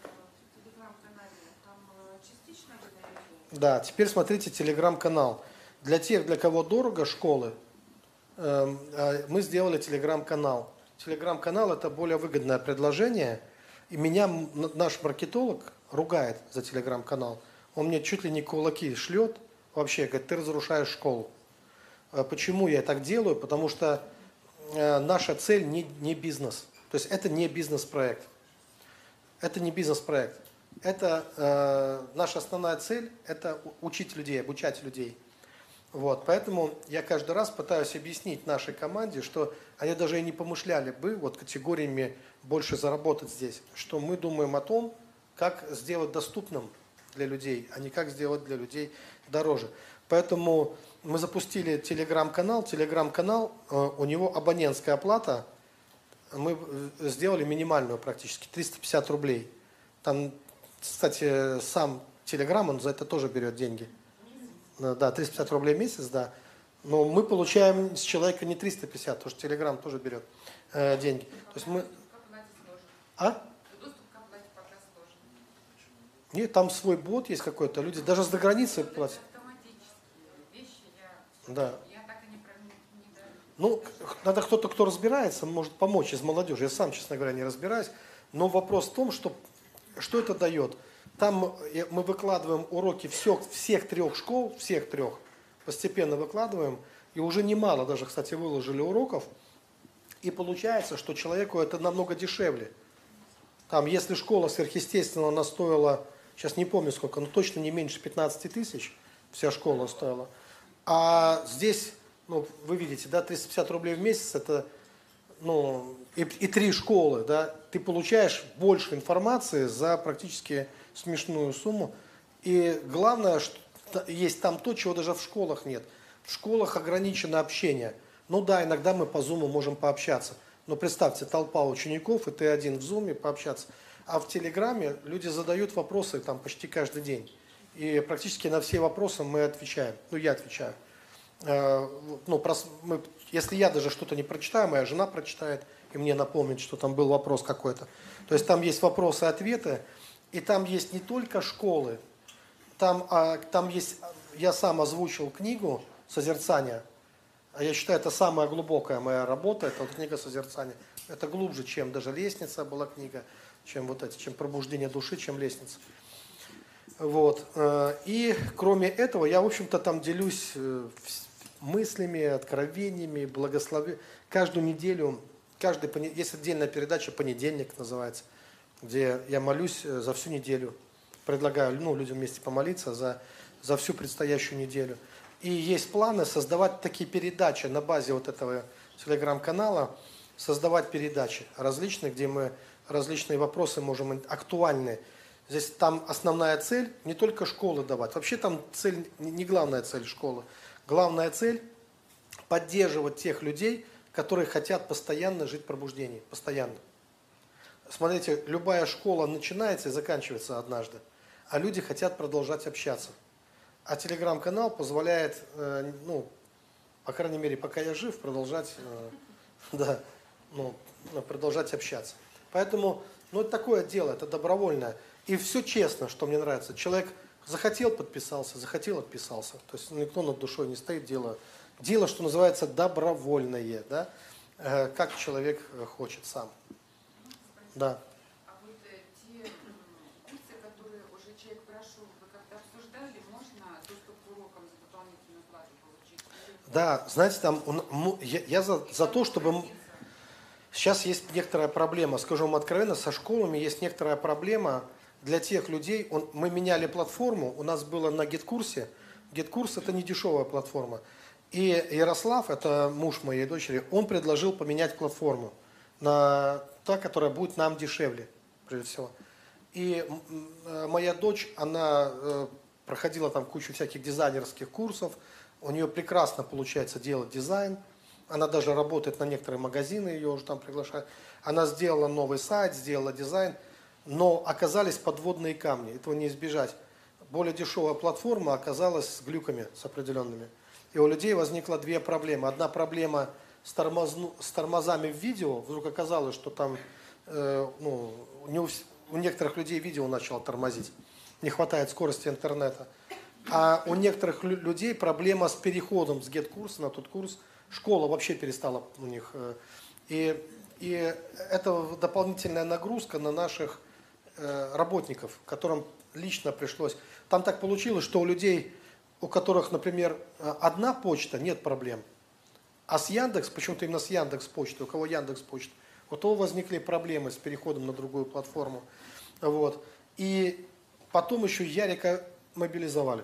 Да, теперь смотрите телеграм-канал. Для тех, для кого дорого школы, мы сделали телеграм-канал. Телеграм-канал – это более выгодное предложение. И меня наш маркетолог ругает за телеграм-канал. Он мне чуть ли не кулаки шлет. Вообще, говорит, ты разрушаешь школу. Почему я так делаю? Потому что наша цель не, не бизнес. То есть это не бизнес-проект. Это не бизнес-проект. Это э, наша основная цель – это учить людей, обучать людей. Вот, поэтому я каждый раз пытаюсь объяснить нашей команде, что они даже и не помышляли бы вот категориями больше заработать здесь, что мы думаем о том, как сделать доступным для людей, а не как сделать для людей дороже. Поэтому мы запустили телеграм-канал. Телеграм-канал, у него абонентская оплата, мы сделали минимальную практически, триста пятьдесят рублей. Там, кстати, сам телеграм, он за это тоже берет деньги. Да, триста пятьдесят рублей в месяц, да. Но мы получаем с человека не триста пятьдесят, потому что Телеграм тоже берет э, деньги. То есть мы... А? Нет, там свой бот есть какой-то, люди даже с границы платят. Да. Ну, надо кто-то, кто разбирается, может помочь из молодежи. Я сам, честно говоря, не разбираюсь. Но вопрос в том, что, что это дает. Там мы выкладываем уроки всех, всех трех школ, всех трех, постепенно выкладываем. И уже немало даже, кстати, выложили уроков. И получается, что человеку это намного дешевле. Там, если школа сверхъестественного, она стоила, сейчас не помню сколько, но точно не меньше пятнадцати тысяч, вся школа стоила. А здесь, ну, вы видите, да, триста пятьдесят рублей в месяц, это, ну, и, и три школы, да, ты получаешь больше информации за практически смешную сумму. И главное, что есть там то, чего даже в школах нет. В школах ограничено общение. Ну да, иногда мы по зуму можем пообщаться. Но представьте, толпа учеников, и ты один в зуме пообщаться. А в Телеграме люди задают вопросы там почти каждый день. И практически на все вопросы мы отвечаем. Ну, я отвечаю. Ну, мы, если я даже что-то не прочитаю, моя жена прочитает и мне напомнит, что там был вопрос какой-то. То есть там есть вопросы и ответы. И там есть не только школы. Там, а, там есть, я сам озвучил книгу «Созерцание». Я считаю, это самая глубокая моя работа, это вот книга «Созерцание». Это глубже, чем даже «Лестница» была книга, чем вот эти, чем «Пробуждение души», чем «Лестница». Вот. И кроме этого, я, в общем-то, там делюсь мыслями, откровениями, благословениями. Каждую неделю, каждый понедельник, есть отдельная передача «Понедельник» называется, где я молюсь за всю неделю. Предлагаю, ну, людям вместе помолиться за, за всю предстоящую неделю. И есть планы создавать такие передачи на базе вот этого телеграм-канала, создавать передачи различные, где мы различные вопросы можем, актуальные. Здесь там основная цель не только школы давать. Вообще там цель, не главная цель школы. Главная цель – поддерживать тех людей, которые хотят постоянно жить в пробуждении. Постоянно. Смотрите, любая школа начинается и заканчивается однажды, а люди хотят продолжать общаться. А телеграм-канал позволяет, э, ну, по крайней мере, пока я жив, продолжать, э, да, ну, продолжать общаться. Поэтому, ну, это такое дело, это добровольное. И все честно, что мне нравится. Человек захотел, подписался, захотел, отписался. То есть никто над душой не стоит, дело дело, что называется, добровольное, да, э, как человек хочет сам. Да. А вот э, те м, курсы, которые уже человек прошел, вы как-то обсуждали, можно доступ к урокам за дополнительную плату получить? Или Да, знаете, там он- му- я, я за, за то, чтобы... м- Сейчас есть некоторая проблема, скажу вам откровенно, со школами есть некоторая проблема для тех людей. Он, мы меняли платформу, у нас было на GitKurse. GitKurs это не дешевая платформа. И Ярослав, это муж моей дочери, он предложил поменять платформу на та, которая будет нам дешевле, прежде всего. И м, м, моя дочь, она э, проходила там кучу всяких дизайнерских курсов, у нее прекрасно получается делать дизайн, она даже работает на некоторые магазины, ее уже там приглашают. Она сделала новый сайт, сделала дизайн, но оказались подводные камни, этого не избежать. Более дешевая платформа оказалась с глюками, с определенными. И у людей возникло две проблемы. Одна проблема с, тормозну, с тормозами в видео. Вдруг оказалось, что там э, ну, не у, вс- у некоторых людей видео начало тормозить. Не хватает скорости интернета. А у некоторых лю- людей проблема с переходом с GetKursa на тот курс. Школа вообще перестала у них. э, И, и это дополнительная нагрузка на наших э, работников, которым лично пришлось. Там так получилось, что у людей, у которых, например, э, одна почта, нет проблем. А с Яндекс, почему-то именно с Яндекс почты, у кого Яндекс почта, у того возникли проблемы с переходом на другую платформу. Вот. И потом еще Ярика мобилизовали.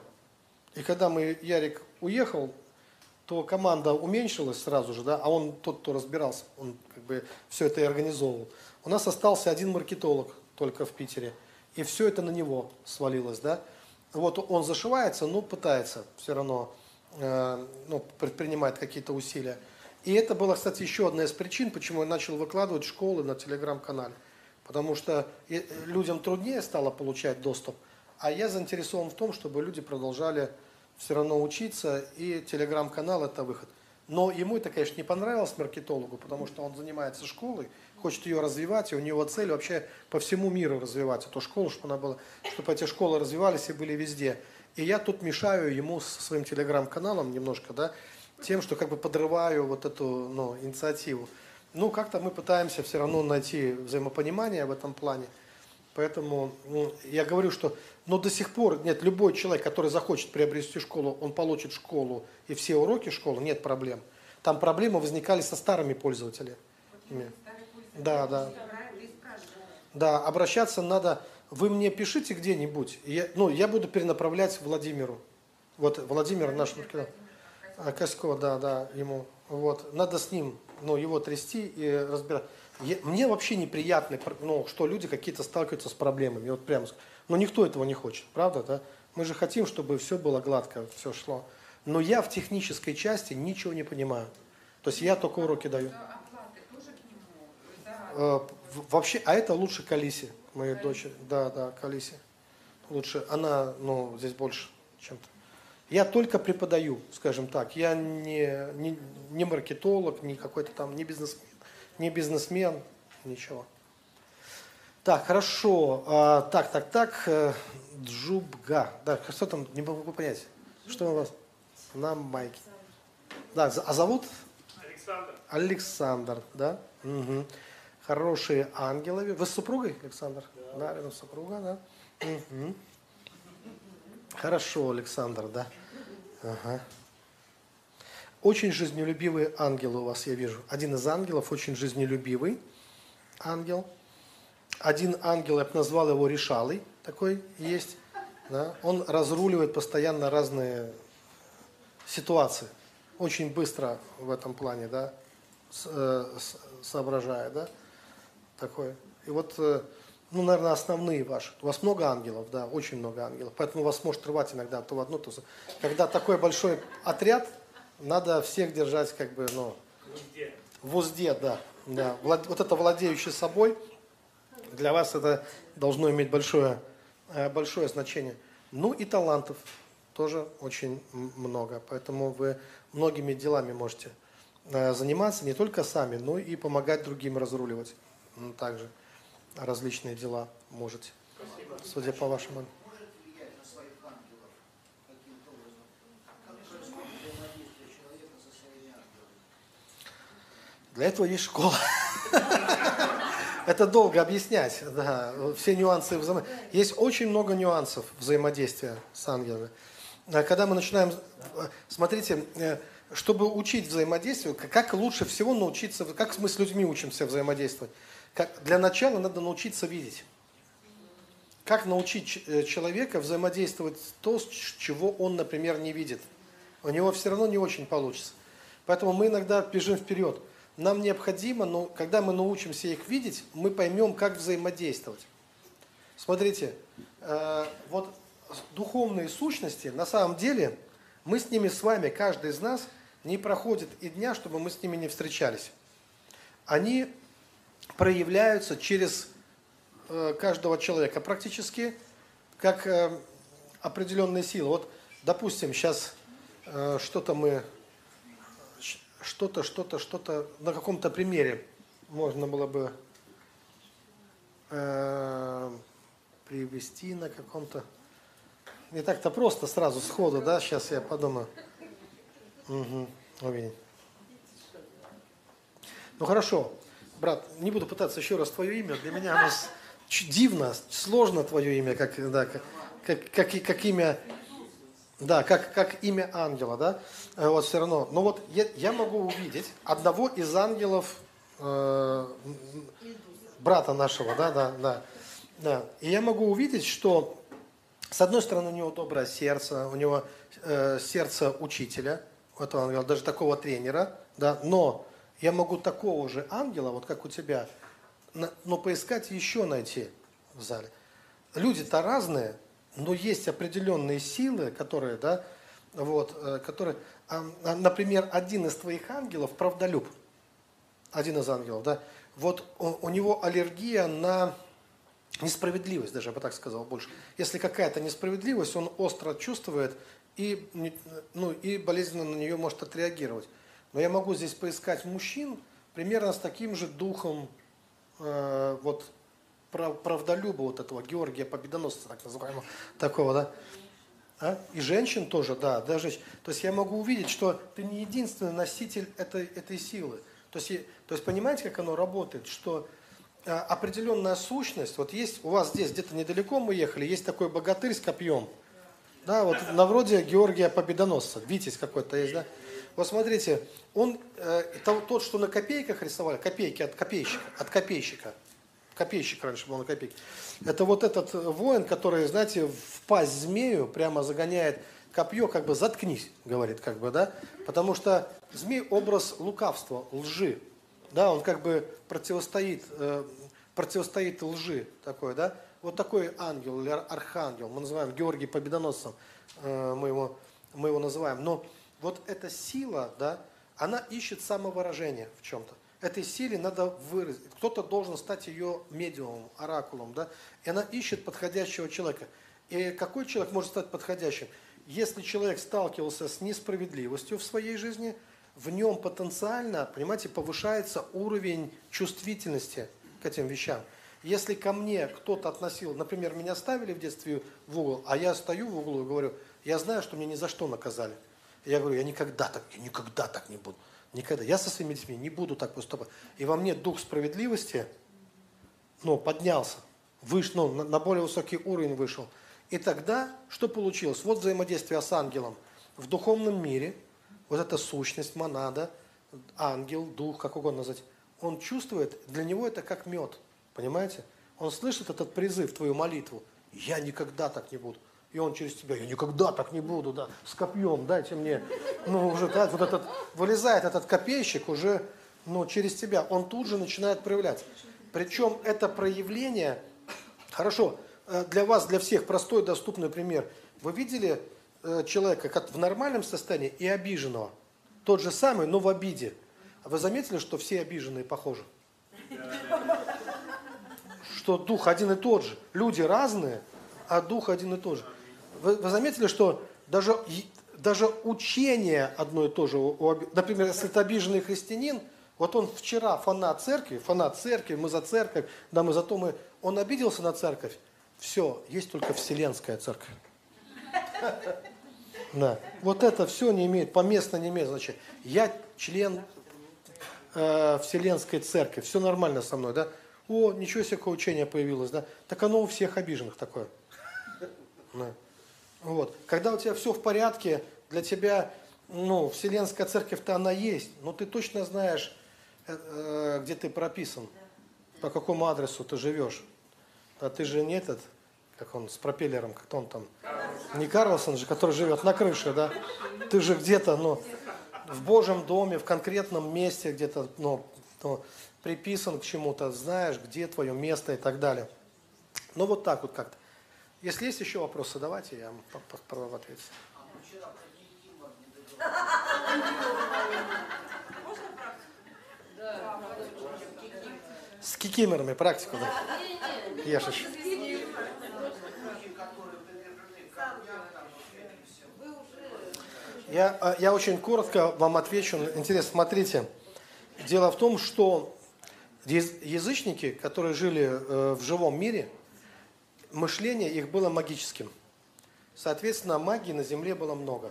И когда мы, Ярик уехал, то команда уменьшилась сразу же, да, а он тот, кто разбирался, он как бы все это и организовывал. У нас остался один маркетолог только в Питере, и все это на него свалилось, да. Вот он зашивается, но пытается все равно, э, ну, предпринимает какие-то усилия. И это была, кстати, еще одна из причин, почему я начал выкладывать школы на телеграм-канале. Потому что и- людям труднее стало получать доступ, а я заинтересован в том, чтобы люди продолжали все равно учиться, и телеграм-канал это выход. Но ему это, конечно, не понравилось, маркетологу, потому что он занимается школой, хочет ее развивать, и у него цель вообще по всему миру развивать эту школу, чтобы она была, чтобы эти школы развивались и были везде. И я тут мешаю ему со своим телеграм-каналом немножко, да, тем, что как бы подрываю вот эту, ну, инициативу. Ну, как-то мы пытаемся все равно найти взаимопонимание в этом плане. Поэтому ну, я говорю, что но до сих пор, нет, любой человек, который захочет приобрести школу, он получит школу и все уроки школы, нет проблем. Там проблемы возникали со старыми пользователями. Да, да. Да, обращаться надо, вы мне пишите где-нибудь, я, ну, я буду перенаправлять Владимиру. Вот Владимир наш маркетолог. А, Косько, да, да, ему. Вот. Надо с ним, ну, его трясти и разбирать. Я- мне вообще неприятно, ну, что люди какие-то сталкиваются с проблемами. Вот прямо. ск- Но никто этого не хочет, правда, да? Мы же хотим, чтобы все было гладко, все шло. Но я в технической части ничего не понимаю. То есть я только уроки даю. оплаты тоже к нему? Да. Э, в- Вообще, а это лучше Калиси, моей дочери. Да, да, Калиси. Лучше. Она, ну, здесь больше чем-то. Я только преподаю, скажем так. Я не, не, не маркетолог, не какой-то там, не бизнесмен, не бизнесмен, ничего. Так, хорошо. А, так, так, так. э, Джубга. Да, что там, не могу понять. Что у вас на майке? Да, за- а зовут? Александр. Александр, да? Мгм. Хорошие ангелы. Вы с супругой, Александр? Да. Да, рядом супруга, да? Мгм. Хорошо, Александр, да. Ага. Очень жизнелюбивые ангелы у вас, я вижу. Один из ангелов очень жизнелюбивый ангел. Один ангел, я бы назвал его решалой, такой есть. Да? Он разруливает постоянно разные ситуации. Очень быстро в этом плане, да, с- э, с- соображает, да, такой. И вот, э, ну, наверное, основные ваши. У вас много ангелов, да, очень много ангелов. Поэтому вас может рвать иногда то в одну, то в другую. Когда такой большой отряд, надо всех держать, как бы, ну, Везде. в узде, да. да. Влад- Вот это владеющий собой, для вас это должно иметь большое, э, большое значение. Ну и талантов тоже очень м- много. Поэтому вы многими делами можете э, заниматься, не только сами, но и помогать другим разруливать. М, Также различные дела можете, Спасибо. судя по вашему. Может влиять на своих ангелов каким-то образом? Как происходит взаимодействие человека со Для этого есть школа. Это долго объяснять, да, все нюансы взаимодействия. Есть очень много нюансов взаимодействия с ангелами. Когда мы начинаем, смотрите, чтобы учить взаимодействию, как лучше всего научиться, как мы с людьми учимся взаимодействовать? Как, для начала надо научиться видеть. Как научить человека взаимодействовать то, чего он, например, не видит? У него все равно не очень получится. Поэтому мы иногда бежим вперед. Нам необходимо, но когда мы научимся их видеть, мы поймем, как взаимодействовать. Смотрите, э, вот духовные сущности, на самом деле, мы с ними с вами, каждый из нас, не проходит и дня, чтобы мы с ними не встречались. Они проявляются через э, каждого человека практически, как э, определенные силы. Вот, допустим, сейчас э, что-то мы... Что-то, что-то, что-то на каком-то примере можно было бы э, привести на каком-то... Не так-то просто сразу, сходу, да? Сейчас я подумаю. Угу. Ну хорошо, брат, не буду пытаться еще раз твое имя. Для меня оно дивно, сложно твое имя, как, да, как, как, как, как имя... Да, как, как имя ангела, да, вот все равно. Но вот я, я могу увидеть одного из ангелов э, брата нашего, да, да, да, да. И я могу увидеть, что с одной стороны у него доброе сердце, у него э, сердце учителя, у этого ангела, даже такого тренера, да, но я могу такого же ангела, вот как у тебя, но поискать еще найти в зале. Люди-то разные. Но есть определенные силы, которые, да, вот, которые, например, один из твоих ангелов правдолюб, один из ангелов, да, вот у, у него аллергия на несправедливость, даже я бы так сказал больше. Если какая-то несправедливость, он остро чувствует и, ну, и болезненно на нее может отреагировать. Но я могу здесь поискать мужчин примерно с таким же духом, э, вот, правдолюба вот этого Георгия Победоносца, так называемого, такого, да, а? И женщин тоже, да, даже, то есть я могу увидеть, что ты не единственный носитель этой, этой силы. То есть, то есть понимаете, как оно работает, что а, определенная сущность, вот есть у вас здесь, где-то недалеко мы ехали, есть такой богатырь с копьем, да, вот на вроде Георгия Победоносца, Витязь какой-то есть, да. Вот смотрите, он, э, тот, что на копейках рисовали, копейки от копейщика, от копейщика, копейщик раньше был на копейке. Это вот этот воин, который, знаете, в пасть змею прямо загоняет копье, как бы заткнись, говорит, как бы, да, потому что змей образ лукавства, лжи, да, он как бы противостоит, э, противостоит лжи такой, да, вот такой ангел или архангел, мы называем Георгий Победоносцем, э, мы его, мы его называем, но вот эта сила, да, она ищет самовыражение в чем-то. Этой силе надо выразить. Кто-то должен стать ее медиумом, оракулом, да? И она ищет подходящего человека. И какой человек может стать подходящим? Если человек сталкивался с несправедливостью в своей жизни, в нем потенциально, понимаете, повышается уровень чувствительности к этим вещам. Если ко мне кто-то относил, например, меня ставили в детстве в угол, а я стою в углу и говорю, я знаю, что меня ни за что наказали. Я говорю, я никогда так, я никогда так не буду. Никогда. Я со своими детьми не буду так поступать. И во мне дух справедливости, ну, поднялся, вышел, ну, на, на более высокий уровень вышел. И тогда что получилось? Вот взаимодействие с ангелом. В духовном мире, вот эта сущность, монада, ангел, дух, как угодно назвать, он чувствует, для него это как мед, понимаете? Он слышит этот призыв, твою молитву. Я никогда так не буду. И он через тебя, я никогда так не буду, да, с копьем, дайте мне, ну, уже, да, вот этот, вылезает этот копейщик уже, ну, через тебя, он тут же начинает проявляться. Причем это проявление, хорошо, для вас, для всех простой, доступный пример. Вы видели человека как в нормальном состоянии и обиженного? Тот же самый, но в обиде. А вы заметили, что все обиженные похожи? Что дух один и тот же. Люди разные, а дух один и тот же. Вы, вы заметили, что даже, даже учение одно и то же. Например, если это обиженный христианин, вот он вчера фанат церкви, фанат церкви, мы за церковь, да, мы за то мы... Он обиделся на церковь, все, есть только вселенская церковь. Да. Вот это все не имеет, поместно не имеет значения. Я член э, Вселенской Церкви, все нормально со мной, да? О, ничего себе, какое учение появилось, да? Так оно у всех обиженных такое. Да. Вот. Когда у тебя все в порядке, для тебя, ну, Вселенская Церковь-то она есть, но ты точно знаешь, э, э, где ты прописан, по какому адресу ты живешь. А ты же не этот, как он, с пропеллером, как он там, не Карлсон же, который живет на крыше, да? Ты же где-то, ну, в Божьем доме, в конкретном месте, где-то, ну, ну, приписан к чему-то, знаешь, где твое место и так далее. Ну, вот так вот как-то. Если есть еще вопросы, давайте, я вам попробую ответить. С кикиморами практику, да? Ешешь. Я, я очень коротко вам отвечу. Интересно, смотрите. Дело в том, что язычники, которые жили в живом мире, мышление их было магическим. Соответственно, магии на земле было много.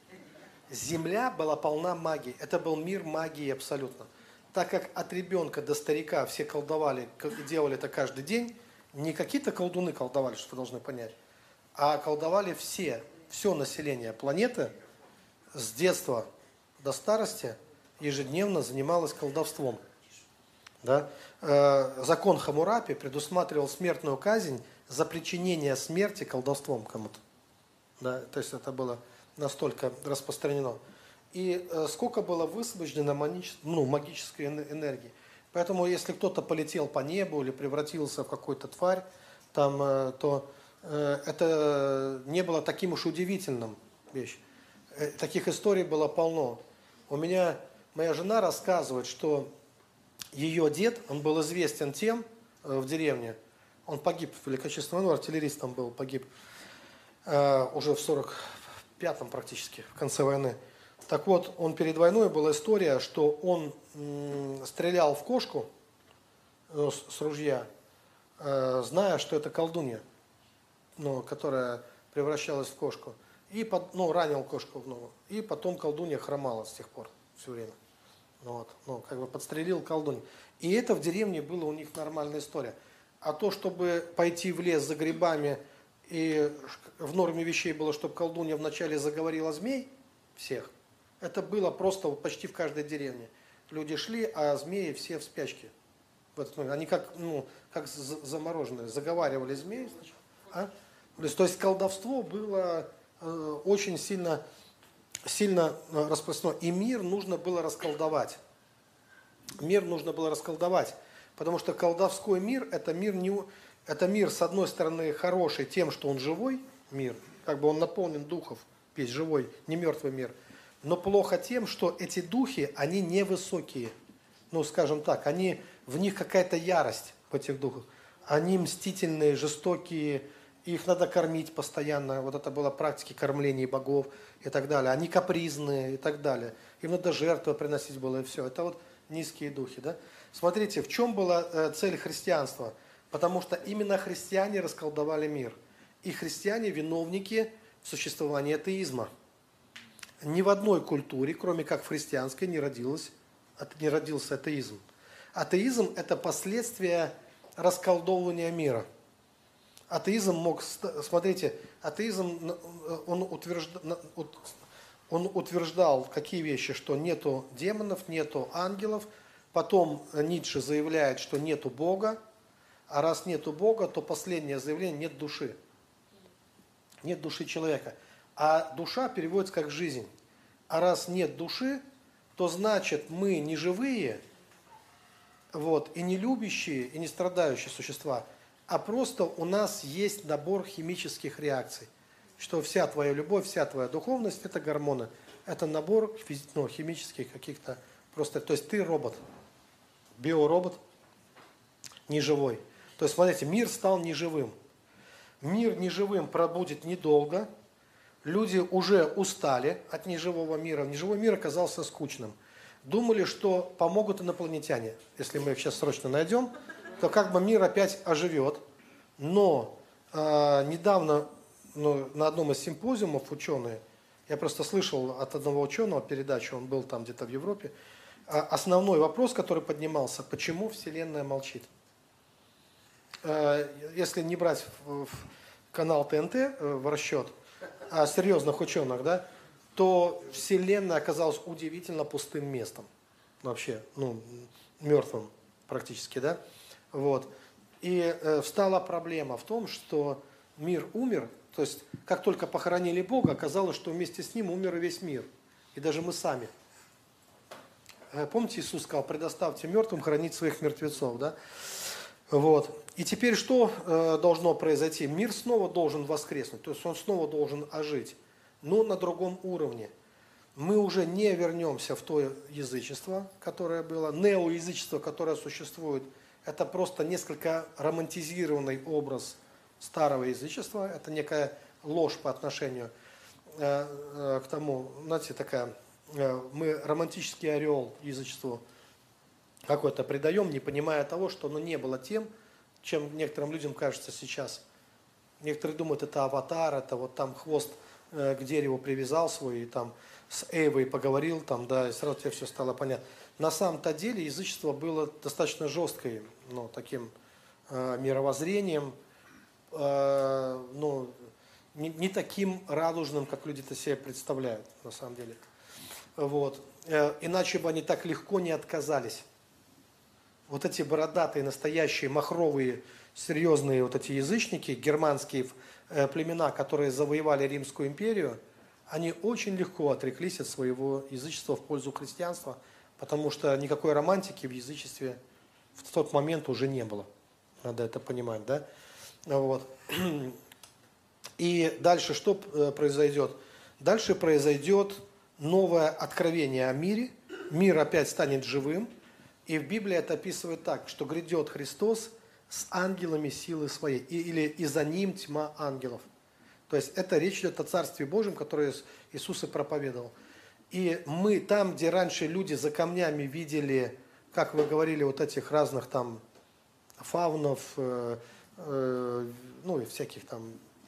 Земля была полна магии. Это был мир магии абсолютно. Так как от ребенка до старика все колдовали и делали это каждый день, не какие-то колдуны колдовали, что вы должны понять, а колдовали все, все население планеты с детства до старости ежедневно занималось колдовством. Да? Закон Хаммурапи предусматривал смертную казнь за причинение смерти колдовством кому-то. Да? То есть это было настолько распространено. И э, сколько было высвобождено манич... ну, магической энергии. Поэтому если кто-то полетел по небу или превратился в какую-то тварь, там, э, то э, это не было таким уж удивительным вещь. Э, таких историй было полно. У меня моя жена рассказывает, что ее дед, он был известен тем э, в деревне, он погиб в Великой Отечественной войне, артиллеристом был, погиб э, уже в сорок пятом практически, в конце войны. Так вот, он перед войной была история, что он м, стрелял в кошку э, с, с ружья, э, зная, что это колдунья, ну, которая превращалась в кошку, и под, ну, ранил кошку в ногу. И потом колдунья хромала с тех пор все время. Вот, ну, как бы подстрелил колдунью. И это в деревне было у них нормальная история. А то, чтобы пойти в лес за грибами, и в норме вещей было, чтобы колдунья вначале заговорила змей всех, это было просто почти в каждой деревне. Люди шли, а змеи все в спячке. В этот момент. Они как, ну, как замороженные, заговаривали змеи сначала. А? То есть, то есть колдовство было э, очень сильно, сильно распространено. И мир нужно было расколдовать. Мир нужно было расколдовать. Потому что колдовской мир, это мир, не, это мир, с одной стороны, хороший тем, что он живой мир, как бы он наполнен духов, весь живой, не мертвый мир. Но плохо тем, что эти духи, они невысокие. Ну, скажем так, они, в них какая-то ярость в этих духах. Они мстительные, жестокие, их надо кормить постоянно. Вот это было практики кормления богов и так далее. Они капризные и так далее. Им надо жертвы приносить было и все. Это вот низкие духи, да? Смотрите, в чем была цель христианства? Потому что именно христиане расколдовали мир. И христиане виновники в существовании атеизма. Ни в одной культуре, кроме как в христианской, не, родилось, не родился атеизм. Атеизм – это последствия расколдовывания мира. Атеизм мог… Смотрите, атеизм, он утверждал, он утверждал какие вещи, что нету демонов, нету ангелов. Потом Ницше заявляет, что нету Бога. А раз нету Бога, то последнее заявление – нет души. Нет души человека. А душа переводится как жизнь. А раз нет души, то значит мы не живые, вот, и не любящие, и не страдающие существа, а просто у нас есть набор химических реакций. Что вся твоя любовь, вся твоя духовность – это гормоны. Это набор ну, химических каких-то просто… То есть ты робот, биоробот, неживой. То есть, смотрите, мир стал неживым. Мир неживым пробудет недолго. Люди уже устали от неживого мира. Неживой мир оказался скучным. Думали, что помогут инопланетяне. Если мы их сейчас срочно найдем, то как бы мир опять оживет. Но э, недавно ну, на одном из симпозиумов ученые, я просто слышал от одного ученого передачу, он был там где-то в Европе, основной вопрос, который поднимался, почему Вселенная молчит. Если не брать в канал Т Н Т в расчет, а серьезных ученых, да, то Вселенная оказалась удивительно пустым местом. Вообще, ну, мертвым практически, да. Вот. И э, встала проблема в том, что мир умер, то есть как только похоронили Бога, оказалось, что вместе с ним умер и весь мир. И даже мы сами. Э, помните, Иисус сказал, предоставьте мертвым хранить своих мертвецов, да? Вот. И теперь что э, должно произойти? Мир снова должен воскреснуть, то есть он снова должен ожить, но на другом уровне. Мы уже не вернемся в то язычество, которое было, неоязычество, которое существует. Это просто несколько романтизированный образ старого язычества, это некая ложь по отношению э, э, к тому, знаете, такая, э, мы романтический ореол язычеству какой-то придаем, не понимая того, что оно не было тем, чем некоторым людям кажется сейчас. Некоторые думают, это аватар, это вот там хвост э, к дереву привязал свой, и там с Эйвой поговорил, там, да, и сразу тебе все стало понятно. На самом-то деле язычество было достаточно жестким, ну, таким э, мировоззрением, э, ну, не, не таким радужным, как люди-то себе представляют, на самом деле. Вот. Э, иначе бы они так легко не отказались. Вот эти бородатые, настоящие, махровые, серьезные вот эти язычники, германские э, племена, которые завоевали Римскую империю, они очень легко отреклись от своего язычества в пользу христианства, потому что никакой романтики в язычестве в тот момент уже не было. Надо это понимать, да? Вот. И дальше что произойдет? Дальше произойдет новое откровение о мире. Мир опять станет живым. И в Библии это описывает так, что грядет Христос с ангелами силы своей. Или и за ним тьма ангелов. То есть это речь идет о Царстве Божьем, которое Иисус и проповедовал. И мы там, где раньше люди за камнями видели, как вы говорили, вот этих разных там фаунов, э, э, ну и всяких там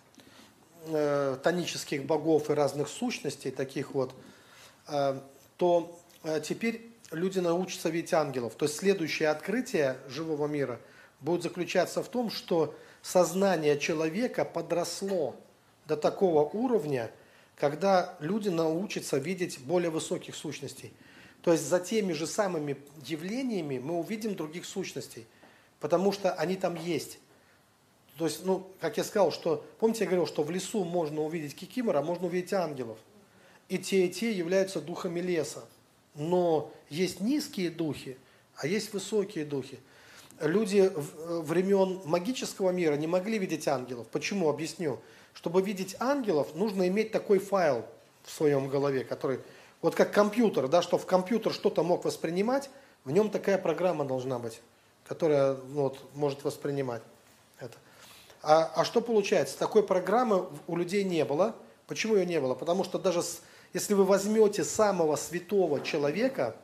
э, тонических богов и разных сущностей, таких вот, э, то э, теперь люди научатся видеть ангелов. То есть следующее открытие живого мира будет заключаться в том, что сознание человека подросло до такого уровня, когда люди научатся видеть более высоких сущностей. То есть за теми же самыми явлениями мы увидим других сущностей, потому что они там есть. То есть, ну, как я сказал, что, помните, я говорил, что в лесу можно увидеть кикимора, а можно увидеть ангелов. И те, и те являются духами леса. Но есть низкие духи, а есть высокие духи. Люди времен магического мира не могли видеть ангелов. Почему? Объясню. Чтобы видеть ангелов, нужно иметь такой файл в своем голове, который, вот как компьютер, да, что в компьютер что-то мог воспринимать, в нем такая программа должна быть, которая вот, может воспринимать это. А, а что получается? Такой программы у людей не было. Почему ее не было? Потому что даже с, если вы возьмете самого святого человека,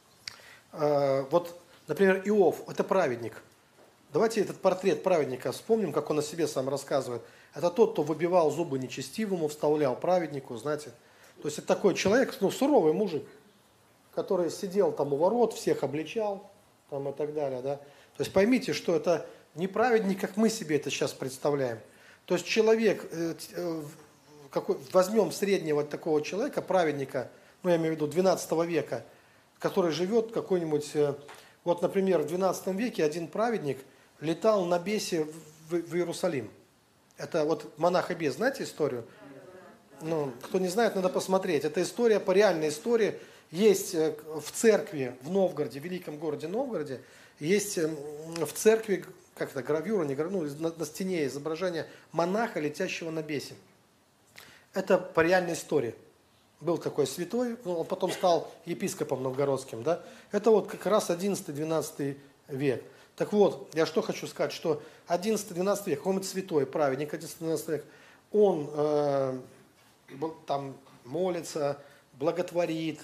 э, вот, например, Иов, это праведник. Давайте этот портрет праведника вспомним, как он о себе сам рассказывает. Это тот, кто выбивал зубы нечестивому, вставлял праведнику, знаете. То есть это такой человек, ну, суровый мужик, который сидел там у ворот, всех обличал, там и так далее, да. То есть поймите, что это не праведник, как мы себе это сейчас представляем. То есть человек, э, э, какой, возьмем среднего такого человека, праведника, ну, я имею в виду двенадцатого века, который живет какой-нибудь, э, вот, например, в двенадцатом веке один праведник летал на бесе в, в Иерусалим. Это вот монах и бес, знаете историю? Ну, кто не знает, надо посмотреть. Это история по реальной истории. Есть в церкви в Новгороде, в великом городе Новгороде, есть в церкви, как это, гравюра, не гравюра, ну, на, на стене изображение монаха, летящего на бесе. Это по реальной истории. Был такой святой, он потом стал епископом новгородским, да? Это вот как раз одиннадцатый-двенадцатый век. Так вот, я что хочу сказать, что одиннадцатый-двенадцатый век, он святой, праведник одиннадцатый-двенадцатый век, он э, там молится, благотворит,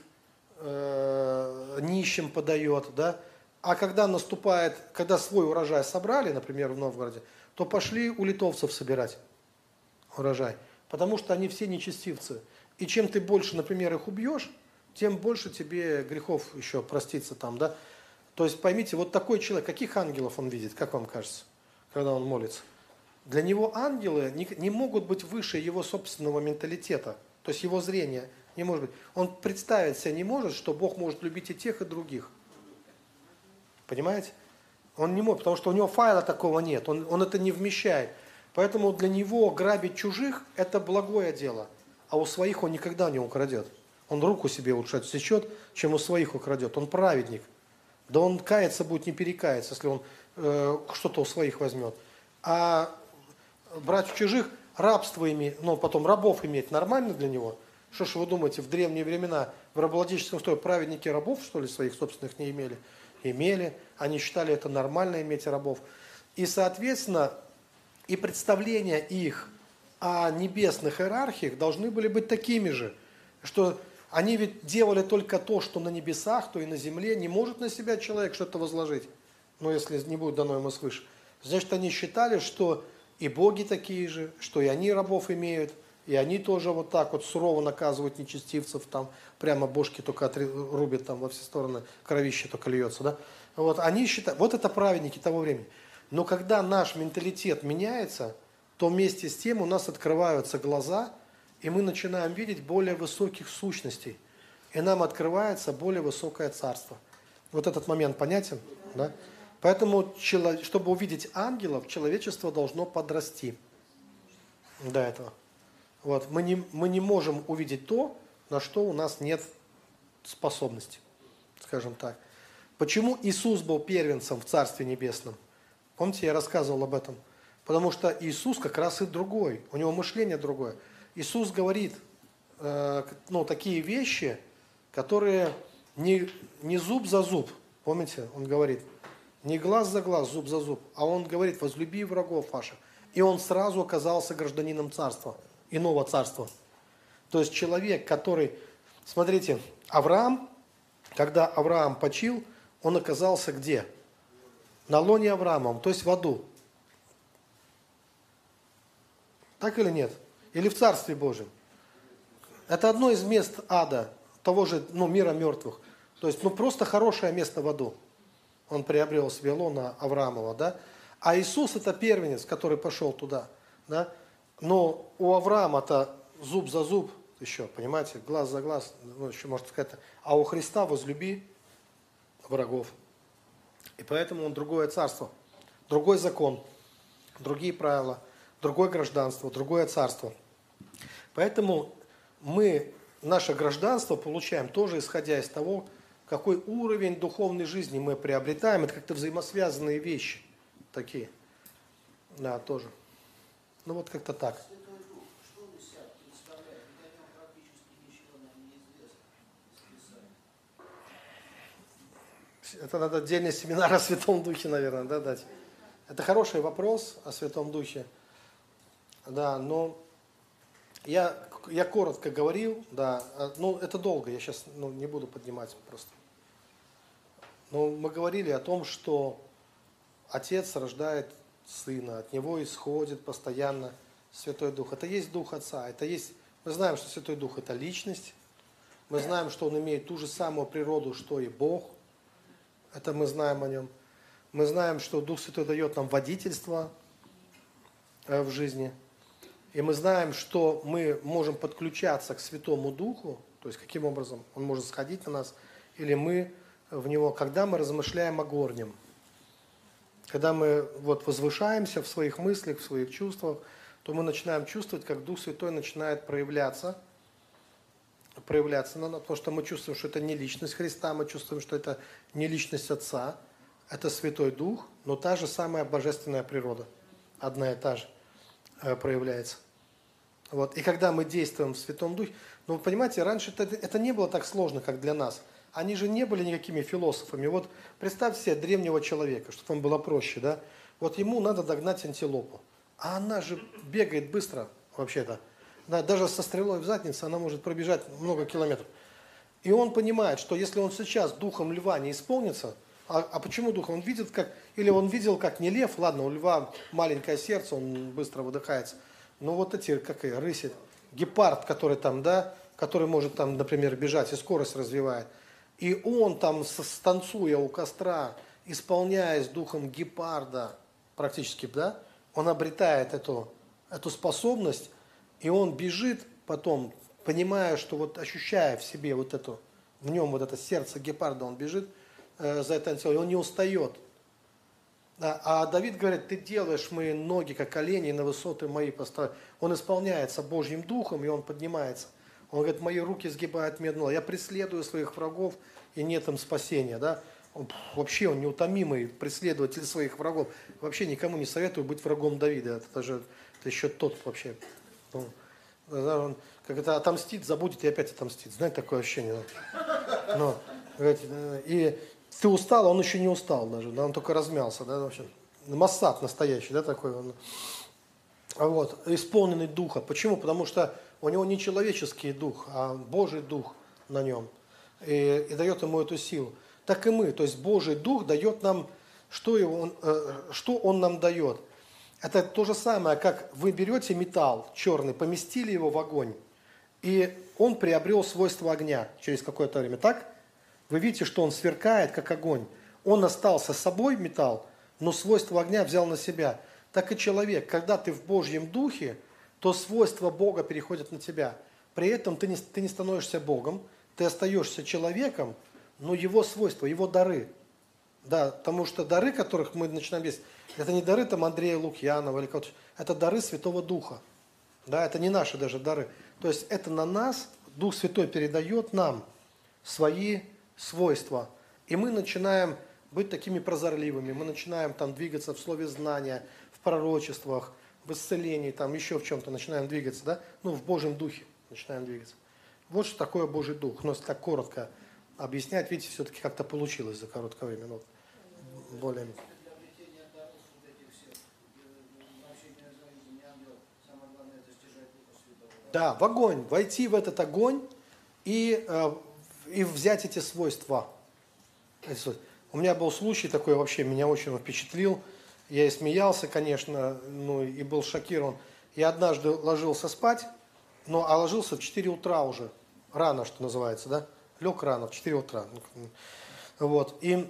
э, нищим подает, да? А когда наступает, когда свой урожай собрали, например, в Новгороде, то пошли у литовцев собирать урожай, потому что они все нечестивцы. И чем ты больше, например, их убьешь, тем больше тебе грехов еще проститься там, да. То есть поймите, вот такой человек, каких ангелов он видит, как вам кажется, когда он молится? Для него ангелы не, не могут быть выше его собственного менталитета, то есть его зрения не может быть. Он представить себе не может, что Бог может любить и тех, и других. Понимаете? Он не может, потому что у него файла такого нет, он, он это не вмещает. Поэтому для него грабить чужих – это благое дело, а у своих он никогда не украдет. Он руку себе лучше отсечет, чем у своих украдет. Он праведник. Да он каяться будет, не перекается, если он э, что-то у своих возьмет. А брать у чужих, рабство иметь, ну потом рабов иметь нормально для него? Что ж вы думаете, в древние времена в рабовладельческом строе праведники рабов, что ли, своих собственных не имели? Имели. Они считали это нормально иметь рабов. И, соответственно, и представления их о небесных иерархиях должны были быть такими же, что они ведь делали только то, что на небесах, то и на земле. Не может на себя человек что-то возложить, ну, если не будет дано ему свыше. Значит, они считали, что и боги такие же, что и они рабов имеют, и они тоже вот так вот сурово наказывают нечестивцев, там прямо бошки только рубят там во все стороны, кровище только льется, да. Вот они считают, вот это праведники того времени. Но когда наш менталитет меняется, то вместе с тем у нас открываются глаза, и мы начинаем видеть более высоких сущностей. И нам открывается более высокое царство. Вот этот момент понятен? Да? Поэтому, чтобы увидеть ангелов, человечество должно подрасти до этого. Вот. Мы, не, мы не можем увидеть то, на что у нас нет способности, скажем так. Почему Иисус был первенцем в Царстве Небесном? Помните, я рассказывал об этом. Потому что Иисус как раз и другой, у него мышление другое. Иисус говорит э, ну, такие вещи, которые не, не зуб за зуб, помните, он говорит, не глаз за глаз, зуб за зуб, а он говорит, возлюби врагов ваших. И он сразу оказался гражданином царства, иного царства. То есть человек, который, смотрите, Авраам, когда Авраам почил, он оказался где? На лоне Авраамом, то есть в аду. Так или нет? Или в Царстве Божьем. Это одно из мест ада, того же, ну, мира мертвых. То есть, ну, просто хорошее место в аду. Он приобрел себе лона Авраамова, да. А Иисус это первенец, который пошел туда, да. Но у Авраама-то зуб за зуб еще, понимаете, глаз за глаз, ну, еще можно сказать. А у Христа возлюби врагов. И поэтому он другое царство, другой закон, другие правила, другое гражданство, другое царство. Поэтому мы наше гражданство получаем тоже исходя из того, какой уровень духовной жизни мы приобретаем. Это как-то взаимосвязанные вещи такие. Да, тоже. Ну вот как-то так. Это надо отдельный семинар о Святом Духе, наверное, да, дать. Это хороший вопрос о Святом Духе. Да, но я, я коротко говорил, да, ну это долго, я сейчас ну, не буду поднимать просто. Но мы говорили о том, что Отец рождает Сына, от Него исходит постоянно Святой Дух. Это есть Дух Отца, это есть, мы знаем, что Святой Дух это личность, мы знаем, что Он имеет ту же самую природу, что и Бог, это мы знаем о Нем. Мы знаем, что Дух Святой дает нам водительство в жизни. И мы знаем, что мы можем подключаться к Святому Духу, то есть каким образом Он может сходить на нас, или мы в Него, когда мы размышляем о горнем. Когда мы вот возвышаемся в своих мыслях, в своих чувствах, то мы начинаем чувствовать, как Дух Святой начинает проявляться, проявляться на нас, потому что мы чувствуем, что это не личность Христа, мы чувствуем, что это не личность Отца, это Святой Дух, но та же самая божественная природа, одна и та же проявляется. Вот. И когда мы действуем в Святом Духе, ну, вы понимаете, раньше это, это не было так сложно, как для нас. Они же не были никакими философами. Вот представьте себе древнего человека, чтобы вам было проще, да? Вот ему надо догнать антилопу, а она же бегает быстро, вообще-то. Да, даже со стрелой в заднице она может пробежать много километров. И он понимает, что если он сейчас духом льва не исполнится, а, а почему духом? Он видит, как, или он видел, как не лев, ладно, у льва маленькое сердце, он быстро выдыхается. Но вот эти, как и рыси, гепард, который там, да, который может там, например, бежать и скорость развивает. И он там, станцуя у костра, исполняясь духом гепарда, практически, да, он обретает эту, эту способность, и он бежит потом, понимая, что вот ощущая в себе вот эту, в нем вот это сердце гепарда, он бежит э, за это тело, и он не устает. А, а Давид говорит, ты делаешь мои ноги, как олени, на высоты мои поставь. Он исполняется Божьим духом, и он поднимается. Он говорит, мои руки сгибают медно. Я преследую своих врагов, и нет им спасения. Да? Он, вообще он неутомимый преследователь своих врагов. Вообще никому не советую быть врагом Давида. Это, же, это еще тот вообще. Ну, он, как это отомстит, забудет и опять отомстит. Знаете, такое ощущение. Но, говорит, и ты устал, а он еще не устал даже. Да? Он только размялся. Да? В общем, массад настоящий, да, такой он. Вот, исполненный духа. Почему? Потому что у него не человеческий дух, а Божий дух на нем. И, и дает ему эту силу. Так и мы. То есть Божий дух дает нам, что, его, э, что он нам дает. Это то же самое, как вы берете металл черный, поместили его в огонь, и он приобрел свойства огня через какое-то время. Так? Вы видите, что он сверкает, как огонь. Он остался с собой, металл, но свойства огня взял на себя. Так и человек, когда ты в Божьем духе, то свойства Бога переходят на тебя. При этом ты не, ты не становишься Богом, ты остаешься человеком, но его свойства, его дары. Да, потому что дары, которых мы начинаем есть, это не дары там Андрея Лукьянова, или кого-то, это дары Святого Духа. Да, это не наши даже дары. То есть это на нас Дух Святой передает нам свои свойства. И мы начинаем быть такими прозорливыми, мы начинаем там двигаться в слове знания, в пророчествах, в исцелении, там еще в чем-то начинаем двигаться, да? Ну, в Божьем Духе начинаем двигаться. Вот что такое Божий Дух. Но если так коротко объяснять, видите, все-таки как-то получилось за короткое время. Ну, более... Да, в огонь, войти в этот огонь и, э, и взять эти свойства. У меня был случай такой, вообще меня очень впечатлил. Я и смеялся, конечно, ну и был шокирован. Я однажды ложился спать, но а ложился в четыре утра уже. Рано, что называется, да? Лег рано, в четыре утра. Вот. И,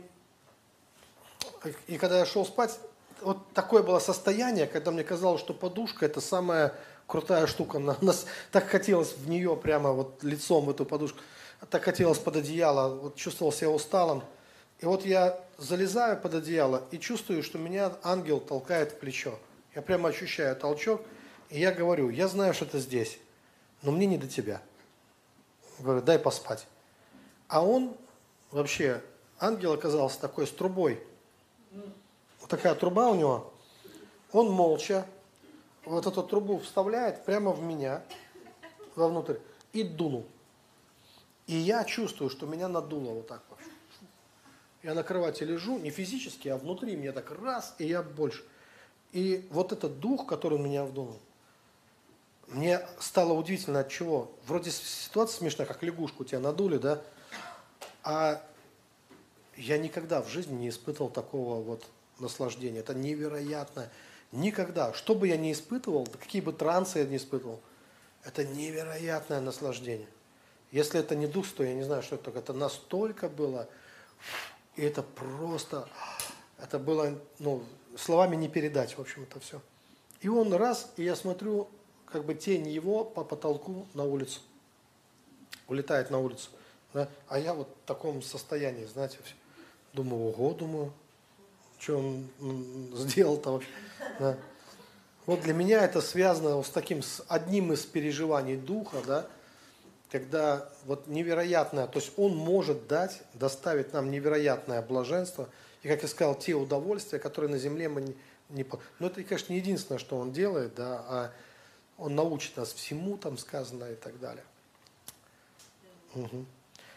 и когда я шел спать, вот такое было состояние, когда мне казалось, что подушка – это самая крутая штука. Нас так хотелось в нее прямо вот лицом в эту подушку. Так хотелось под одеяло. Вот чувствовал себя усталым. И вот я залезаю под одеяло и чувствую, что меня ангел толкает в плечо. Я прямо ощущаю толчок. И я говорю, я знаю, что ты здесь, но мне не до тебя. Говорю, дай поспать. А он вообще, ангел оказался такой с трубой. Вот такая труба у него. Он молча вот эту трубу вставляет прямо в меня, вовнутрь, и дунул. И я чувствую, что меня надуло вот так вообще. Я на кровати лежу, не физически, а внутри меня так раз, и я больше. И вот этот дух, который меня вдунул, мне стало удивительно от чего. Вроде ситуация смешная, как лягушку тебя надули, да? А я никогда в жизни не испытывал такого вот наслаждения. Это невероятно. Никогда. Что бы я ни испытывал, какие бы трансы я ни испытывал, это невероятное наслаждение. Если это не дух, то я не знаю, что это такое. Это настолько было, и это просто, это было, ну, словами не передать, в общем, это все. И он раз, и я смотрю, как бы тень его по потолку на улицу. Улетает на улицу. Да? А я вот в таком состоянии, знаете, думаю, ого, думаю, что он сделал-то вообще. Да? Вот для меня это связано с таким, с одним из переживаний духа, да, когда вот невероятное, то есть он может дать, доставить нам невероятное блаженство, и, как я сказал, те удовольствия, которые на земле мы не... не но это, конечно, не единственное, что он делает, да, а он научит нас всему, там сказано, и так далее. Угу.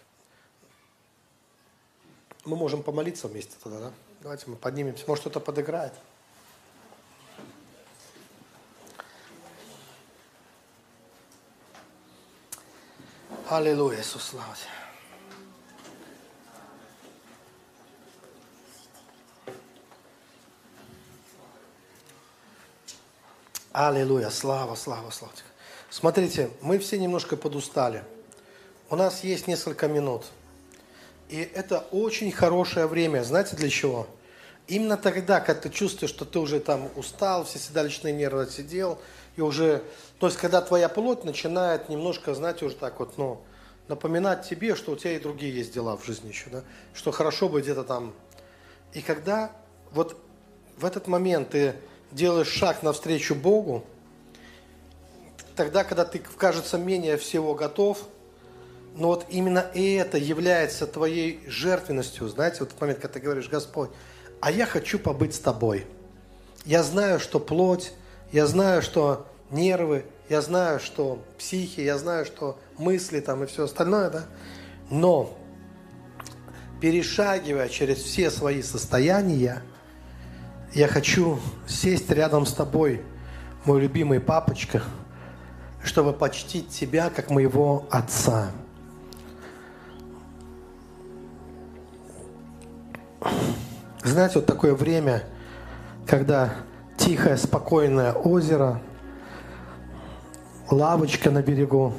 Мы можем помолиться вместе тогда, да? Давайте мы поднимемся. Может, кто-то подыграет. Аллилуйя, Иисус, слава тебе. Аллилуйя, слава, слава, слава тебе. Смотрите, мы все немножко подустали. У нас есть несколько минут. И это очень хорошее время. Знаете для чего? Именно тогда, когда ты чувствуешь, что ты уже там устал, все седалищные нервы отсидел, и уже, то есть, когда твоя плоть начинает немножко, знаете, уже так вот, ну, напоминать тебе, что у тебя и другие есть дела в жизни еще, да, что хорошо бы где-то там. И когда вот в этот момент ты делаешь шаг навстречу Богу, тогда, когда ты, кажется, менее всего готов, но вот именно это является твоей жертвенностью, знаете, вот в момент, когда ты говоришь: Господь, а я хочу побыть с Тобой. Я знаю, что плоть, я знаю, что нервы, я знаю, что психи, я знаю, что мысли там и все остальное, да. Но, перешагивая через все свои состояния, я хочу сесть рядом с Тобой, мой любимый папочка, чтобы почтить Тебя как моего Отца. Знаете, вот такое время, когда тихое, спокойное озеро, лавочка на берегу,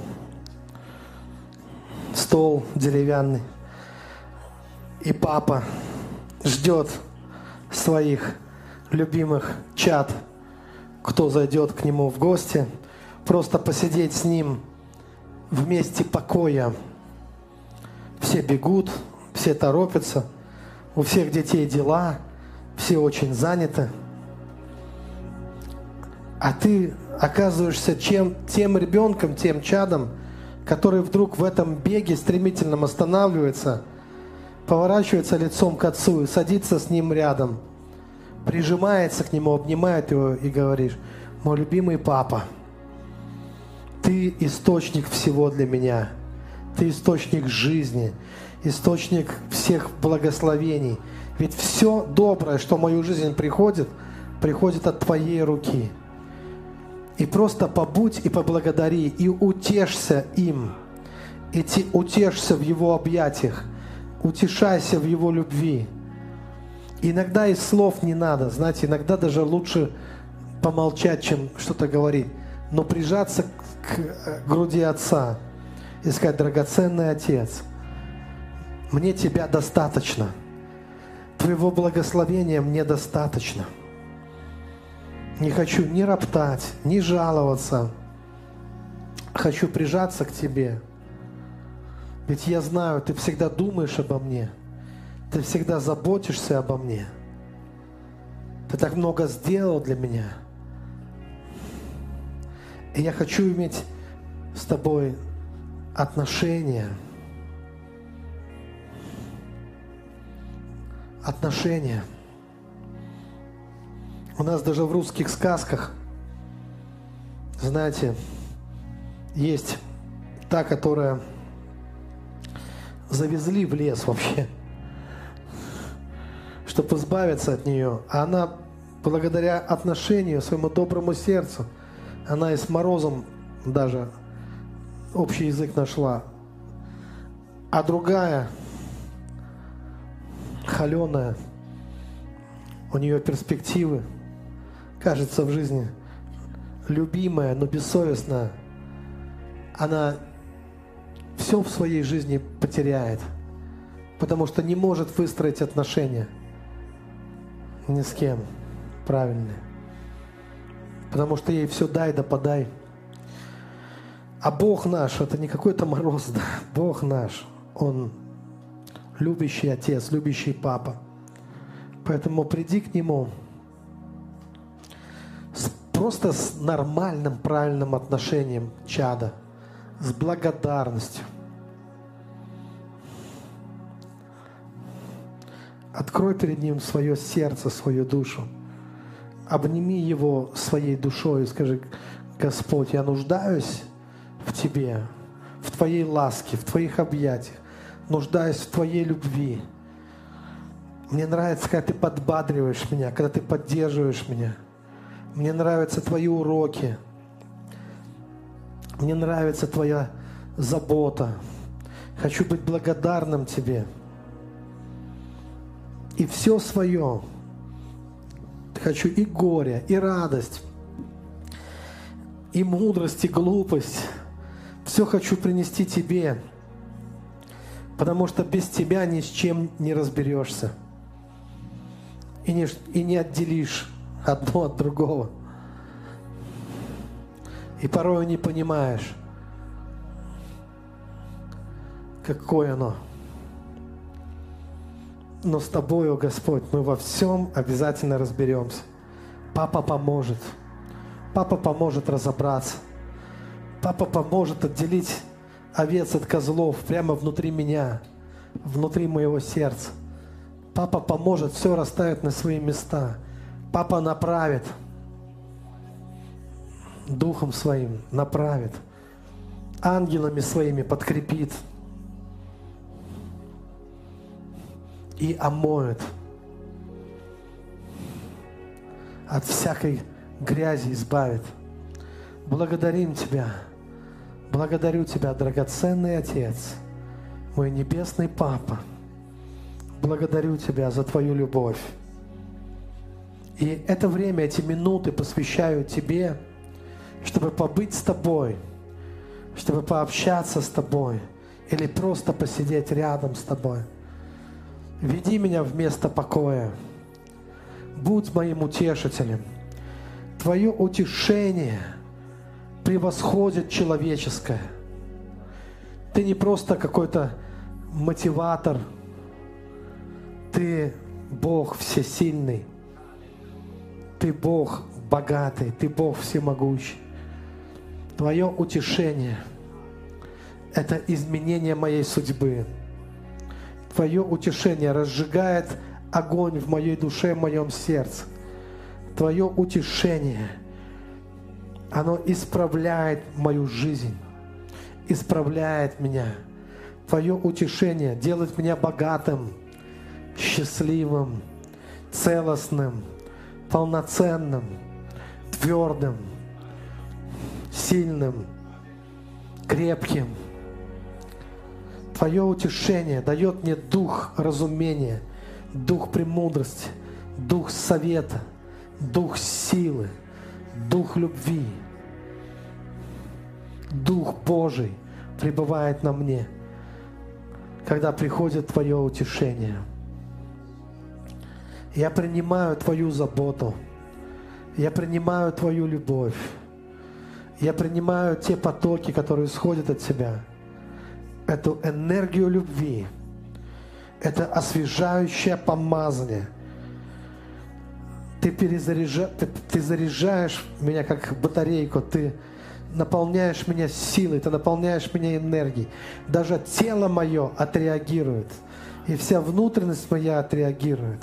стол деревянный, и папа ждет своих любимых чад, кто зайдет к нему в гости, просто посидеть с ним вместе покоя. Все бегут, все торопятся, у всех детей дела, все очень заняты. А ты оказываешься чем, тем ребенком, тем чадом, который вдруг в этом беге стремительном останавливается, поворачивается лицом к отцу и садится с ним рядом, прижимается к нему, обнимает его и говоришь: мой любимый папа, ты источник всего для меня, ты источник жизни, источник всех благословений. Ведь все доброе, что в мою жизнь приходит, приходит от Твоей руки. И просто побудь и поблагодари, и утешься им, и ты утешься в Его объятиях, утешайся в Его любви. И иногда и слов не надо, знаете, иногда даже лучше помолчать, чем что-то говорить, но прижаться к груди Отца и сказать: драгоценный Отец, мне Тебя достаточно. Твоего благословения мне достаточно. Не хочу ни роптать, ни жаловаться. Хочу прижаться к Тебе. Ведь я знаю, Ты всегда думаешь обо мне. Ты всегда заботишься обо мне. Ты так много сделал для меня. И я хочу иметь с Тобой отношения. Отношения. У нас даже в русских сказках, знаете, есть та, которая завезли в лес вообще, чтобы избавиться от нее. А она, благодаря отношению, своему доброму сердцу, она и с морозом даже общий язык нашла. А другая, холеная, у нее перспективы, кажется, в жизни любимая, но бессовестная, она все в своей жизни потеряет, потому что не может выстроить отношения ни с кем правильные, потому что ей все дай да подай. А Бог наш — это не какой-то мороз, да. Бог наш, Он любящий Отец, любящий Папа. Поэтому приди к Нему с, просто с нормальным, правильным отношением чада, с благодарностью. Открой перед Ним свое сердце, свою душу. Обними Его своей душой и скажи: Господь, я нуждаюсь в Тебе, в Твоей ласке, в Твоих объятиях, нуждаюсь в Твоей любви. Мне нравится, когда Ты подбадриваешь меня, когда Ты поддерживаешь меня. Мне нравятся Твои уроки. Мне нравится Твоя забота. Хочу быть благодарным Тебе. И все свое. Хочу и горе, и радость, и мудрость, и глупость. Все хочу принести Тебе. Потому что без Тебя ни с чем не разберешься. И не, и не отделишь одно от другого. И порой не понимаешь, какое оно. Но с Тобою, Господь, мы во всем обязательно разберемся. Папа поможет. Папа поможет разобраться. Папа поможет отделить овец от козлов прямо внутри меня, внутри моего сердца. Папа поможет все расставить на свои места. Папа направит Духом Своим, направит. Ангелами Своими подкрепит. И омоет. От всякой грязи избавит. Благодарим Тебя. Благодарю Тебя, драгоценный Отец, мой небесный Папа. Благодарю Тебя за Твою любовь. И это время, эти минуты посвящаю Тебе, чтобы побыть с Тобой, чтобы пообщаться с Тобой или просто посидеть рядом с Тобой. Веди меня в место покоя. Будь моим утешителем. Твое утешение превосходит человеческое. Ты не просто какой-то мотиватор. Ты Бог всесильный. Ты Бог богатый. Ты Бог всемогущий. Твое утешение – это изменение моей судьбы. Твое утешение разжигает огонь в моей душе, в моем сердце. Твое утешение, оно исправляет мою жизнь, исправляет меня. Твое утешение делает меня богатым, счастливым, целостным, полноценным, твердым, сильным, крепким. Твое утешение дает мне дух разумения, дух премудрости, дух совета, дух силы, дух любви. Дух Божий пребывает на мне, когда приходит Твое утешение. Я принимаю Твою заботу, я принимаю Твою любовь, я принимаю те потоки, которые исходят от Тебя, эту энергию любви, это освежающее помазание. Ты, перезаряжа... ты, ты заряжаешь меня как батарейку, ты наполняешь меня силой, ты наполняешь меня энергией. Даже тело мое отреагирует, и вся внутренность моя отреагирует.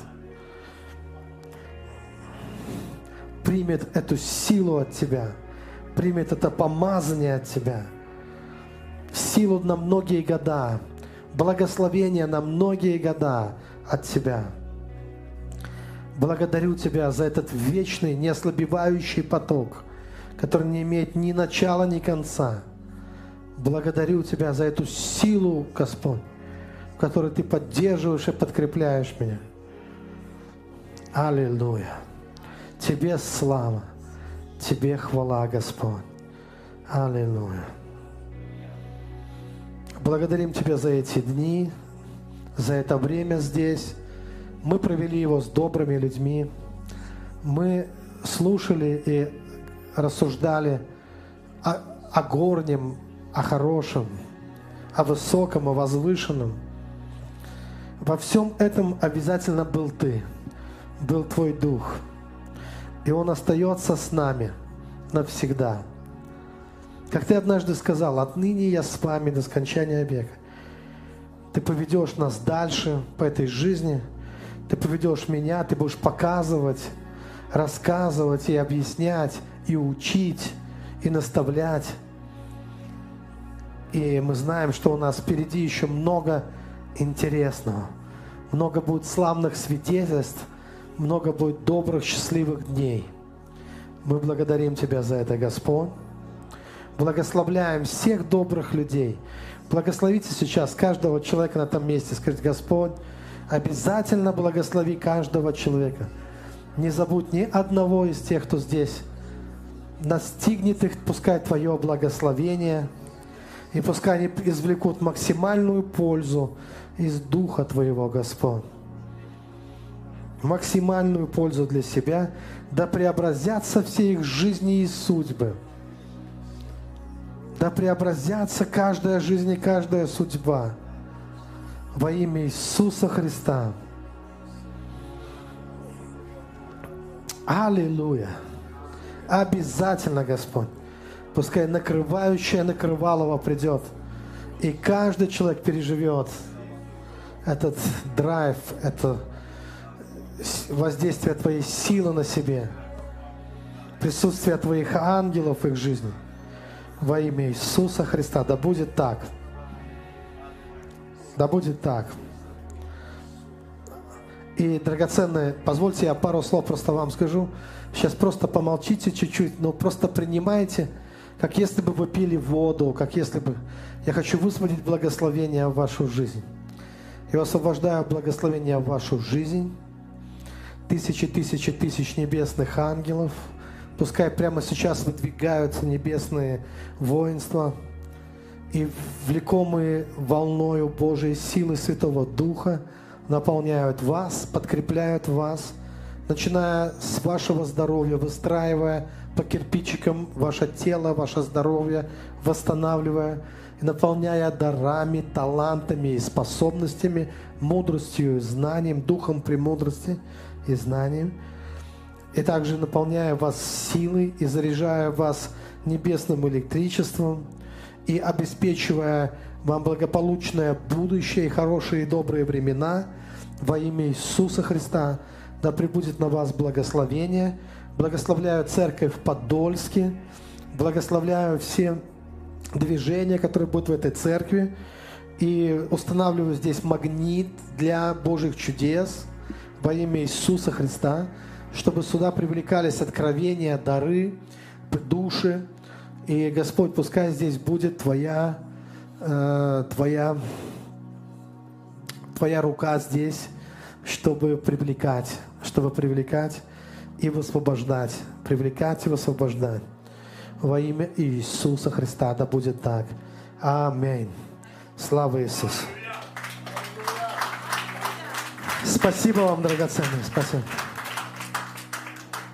Примет эту силу от Тебя, примет это помазание от Тебя, силу на многие года, благословение на многие года от Тебя. Благодарю Тебя за этот вечный, неослабевающий поток, который не имеет ни начала, ни конца. Благодарю Тебя за эту силу, Господь, в которой Ты поддерживаешь и подкрепляешь меня. Аллилуйя! Тебе слава, Тебе хвала, Господь. Аллилуйя! Благодарим Тебя за эти дни, за это время здесь. Мы провели его с добрыми людьми. Мы слушали и рассуждали о, о горнем, о хорошем, о высоком, о возвышенном. Во всем этом обязательно был Ты, был Твой Дух. И Он остается с нами навсегда. Как Ты однажды сказал: отныне я с вами до скончания века. Ты поведешь нас дальше по этой жизни. Ты поведешь меня, Ты будешь показывать, рассказывать и объяснять, и учить, и наставлять. И мы знаем, что у нас впереди еще много интересного. Много будет славных свидетельств, много будет добрых, счастливых дней. Мы благодарим Тебя за это, Господь. Благословляем всех добрых людей. Благословите сейчас каждого человека на этом месте. Скажите: Господь, обязательно благослови каждого человека. Не забудь ни одного из тех, кто здесь. Настигнет их, пускай Твое благословение. И пускай они извлекут максимальную пользу из Духа Твоего, Господь. Максимальную пользу для себя. Да преобразятся все их жизни и судьбы. Да преобразятся каждая жизнь и каждая судьба. Во имя Иисуса Христа. Аллилуйя. Обязательно, Господь. Пускай накрывающее накрывалово придет. И каждый человек переживет этот драйв, это воздействие Твоей силы на себе. Присутствие Твоих ангелов в их жизни. Во имя Иисуса Христа. Да будет так. Да будет так. И, драгоценные, позвольте я пару слов просто вам скажу. Сейчас просто помолчите чуть-чуть, но просто принимайте, как если бы вы пили воду, как если бы... Я хочу высвободить благословение в вашу жизнь. Я освобождаю благословение в вашу жизнь. Тысячи, тысячи, тысяч небесных ангелов. Пускай прямо сейчас выдвигаются небесные воинства. И влекомые волною Божьей силы Святого Духа наполняют вас, подкрепляют вас, начиная с вашего здоровья, выстраивая по кирпичикам ваше тело, ваше здоровье, восстанавливая и наполняя дарами, талантами и способностями, мудростью и знанием, духом премудрости и знанием. И также наполняя вас силой и заряжая вас небесным электричеством и обеспечивая вам благополучное будущее и хорошие и добрые времена во имя Иисуса Христа. Да пребудет на вас благословение. Благословляю церковь в Подольске. Благословляю все движения, которые будут в этой церкви. И устанавливаю здесь магнит для Божьих чудес во имя Иисуса Христа, чтобы сюда привлекались откровения, дары, души. И, Господь, пускай здесь будет Твоя, э, Твоя, Твоя рука здесь, чтобы привлекать, чтобы привлекать и высвобождать, привлекать и высвобождать. Во имя Иисуса Христа, да будет так. Аминь. Слава Иисусу. Спасибо вам, драгоценные. Спасибо.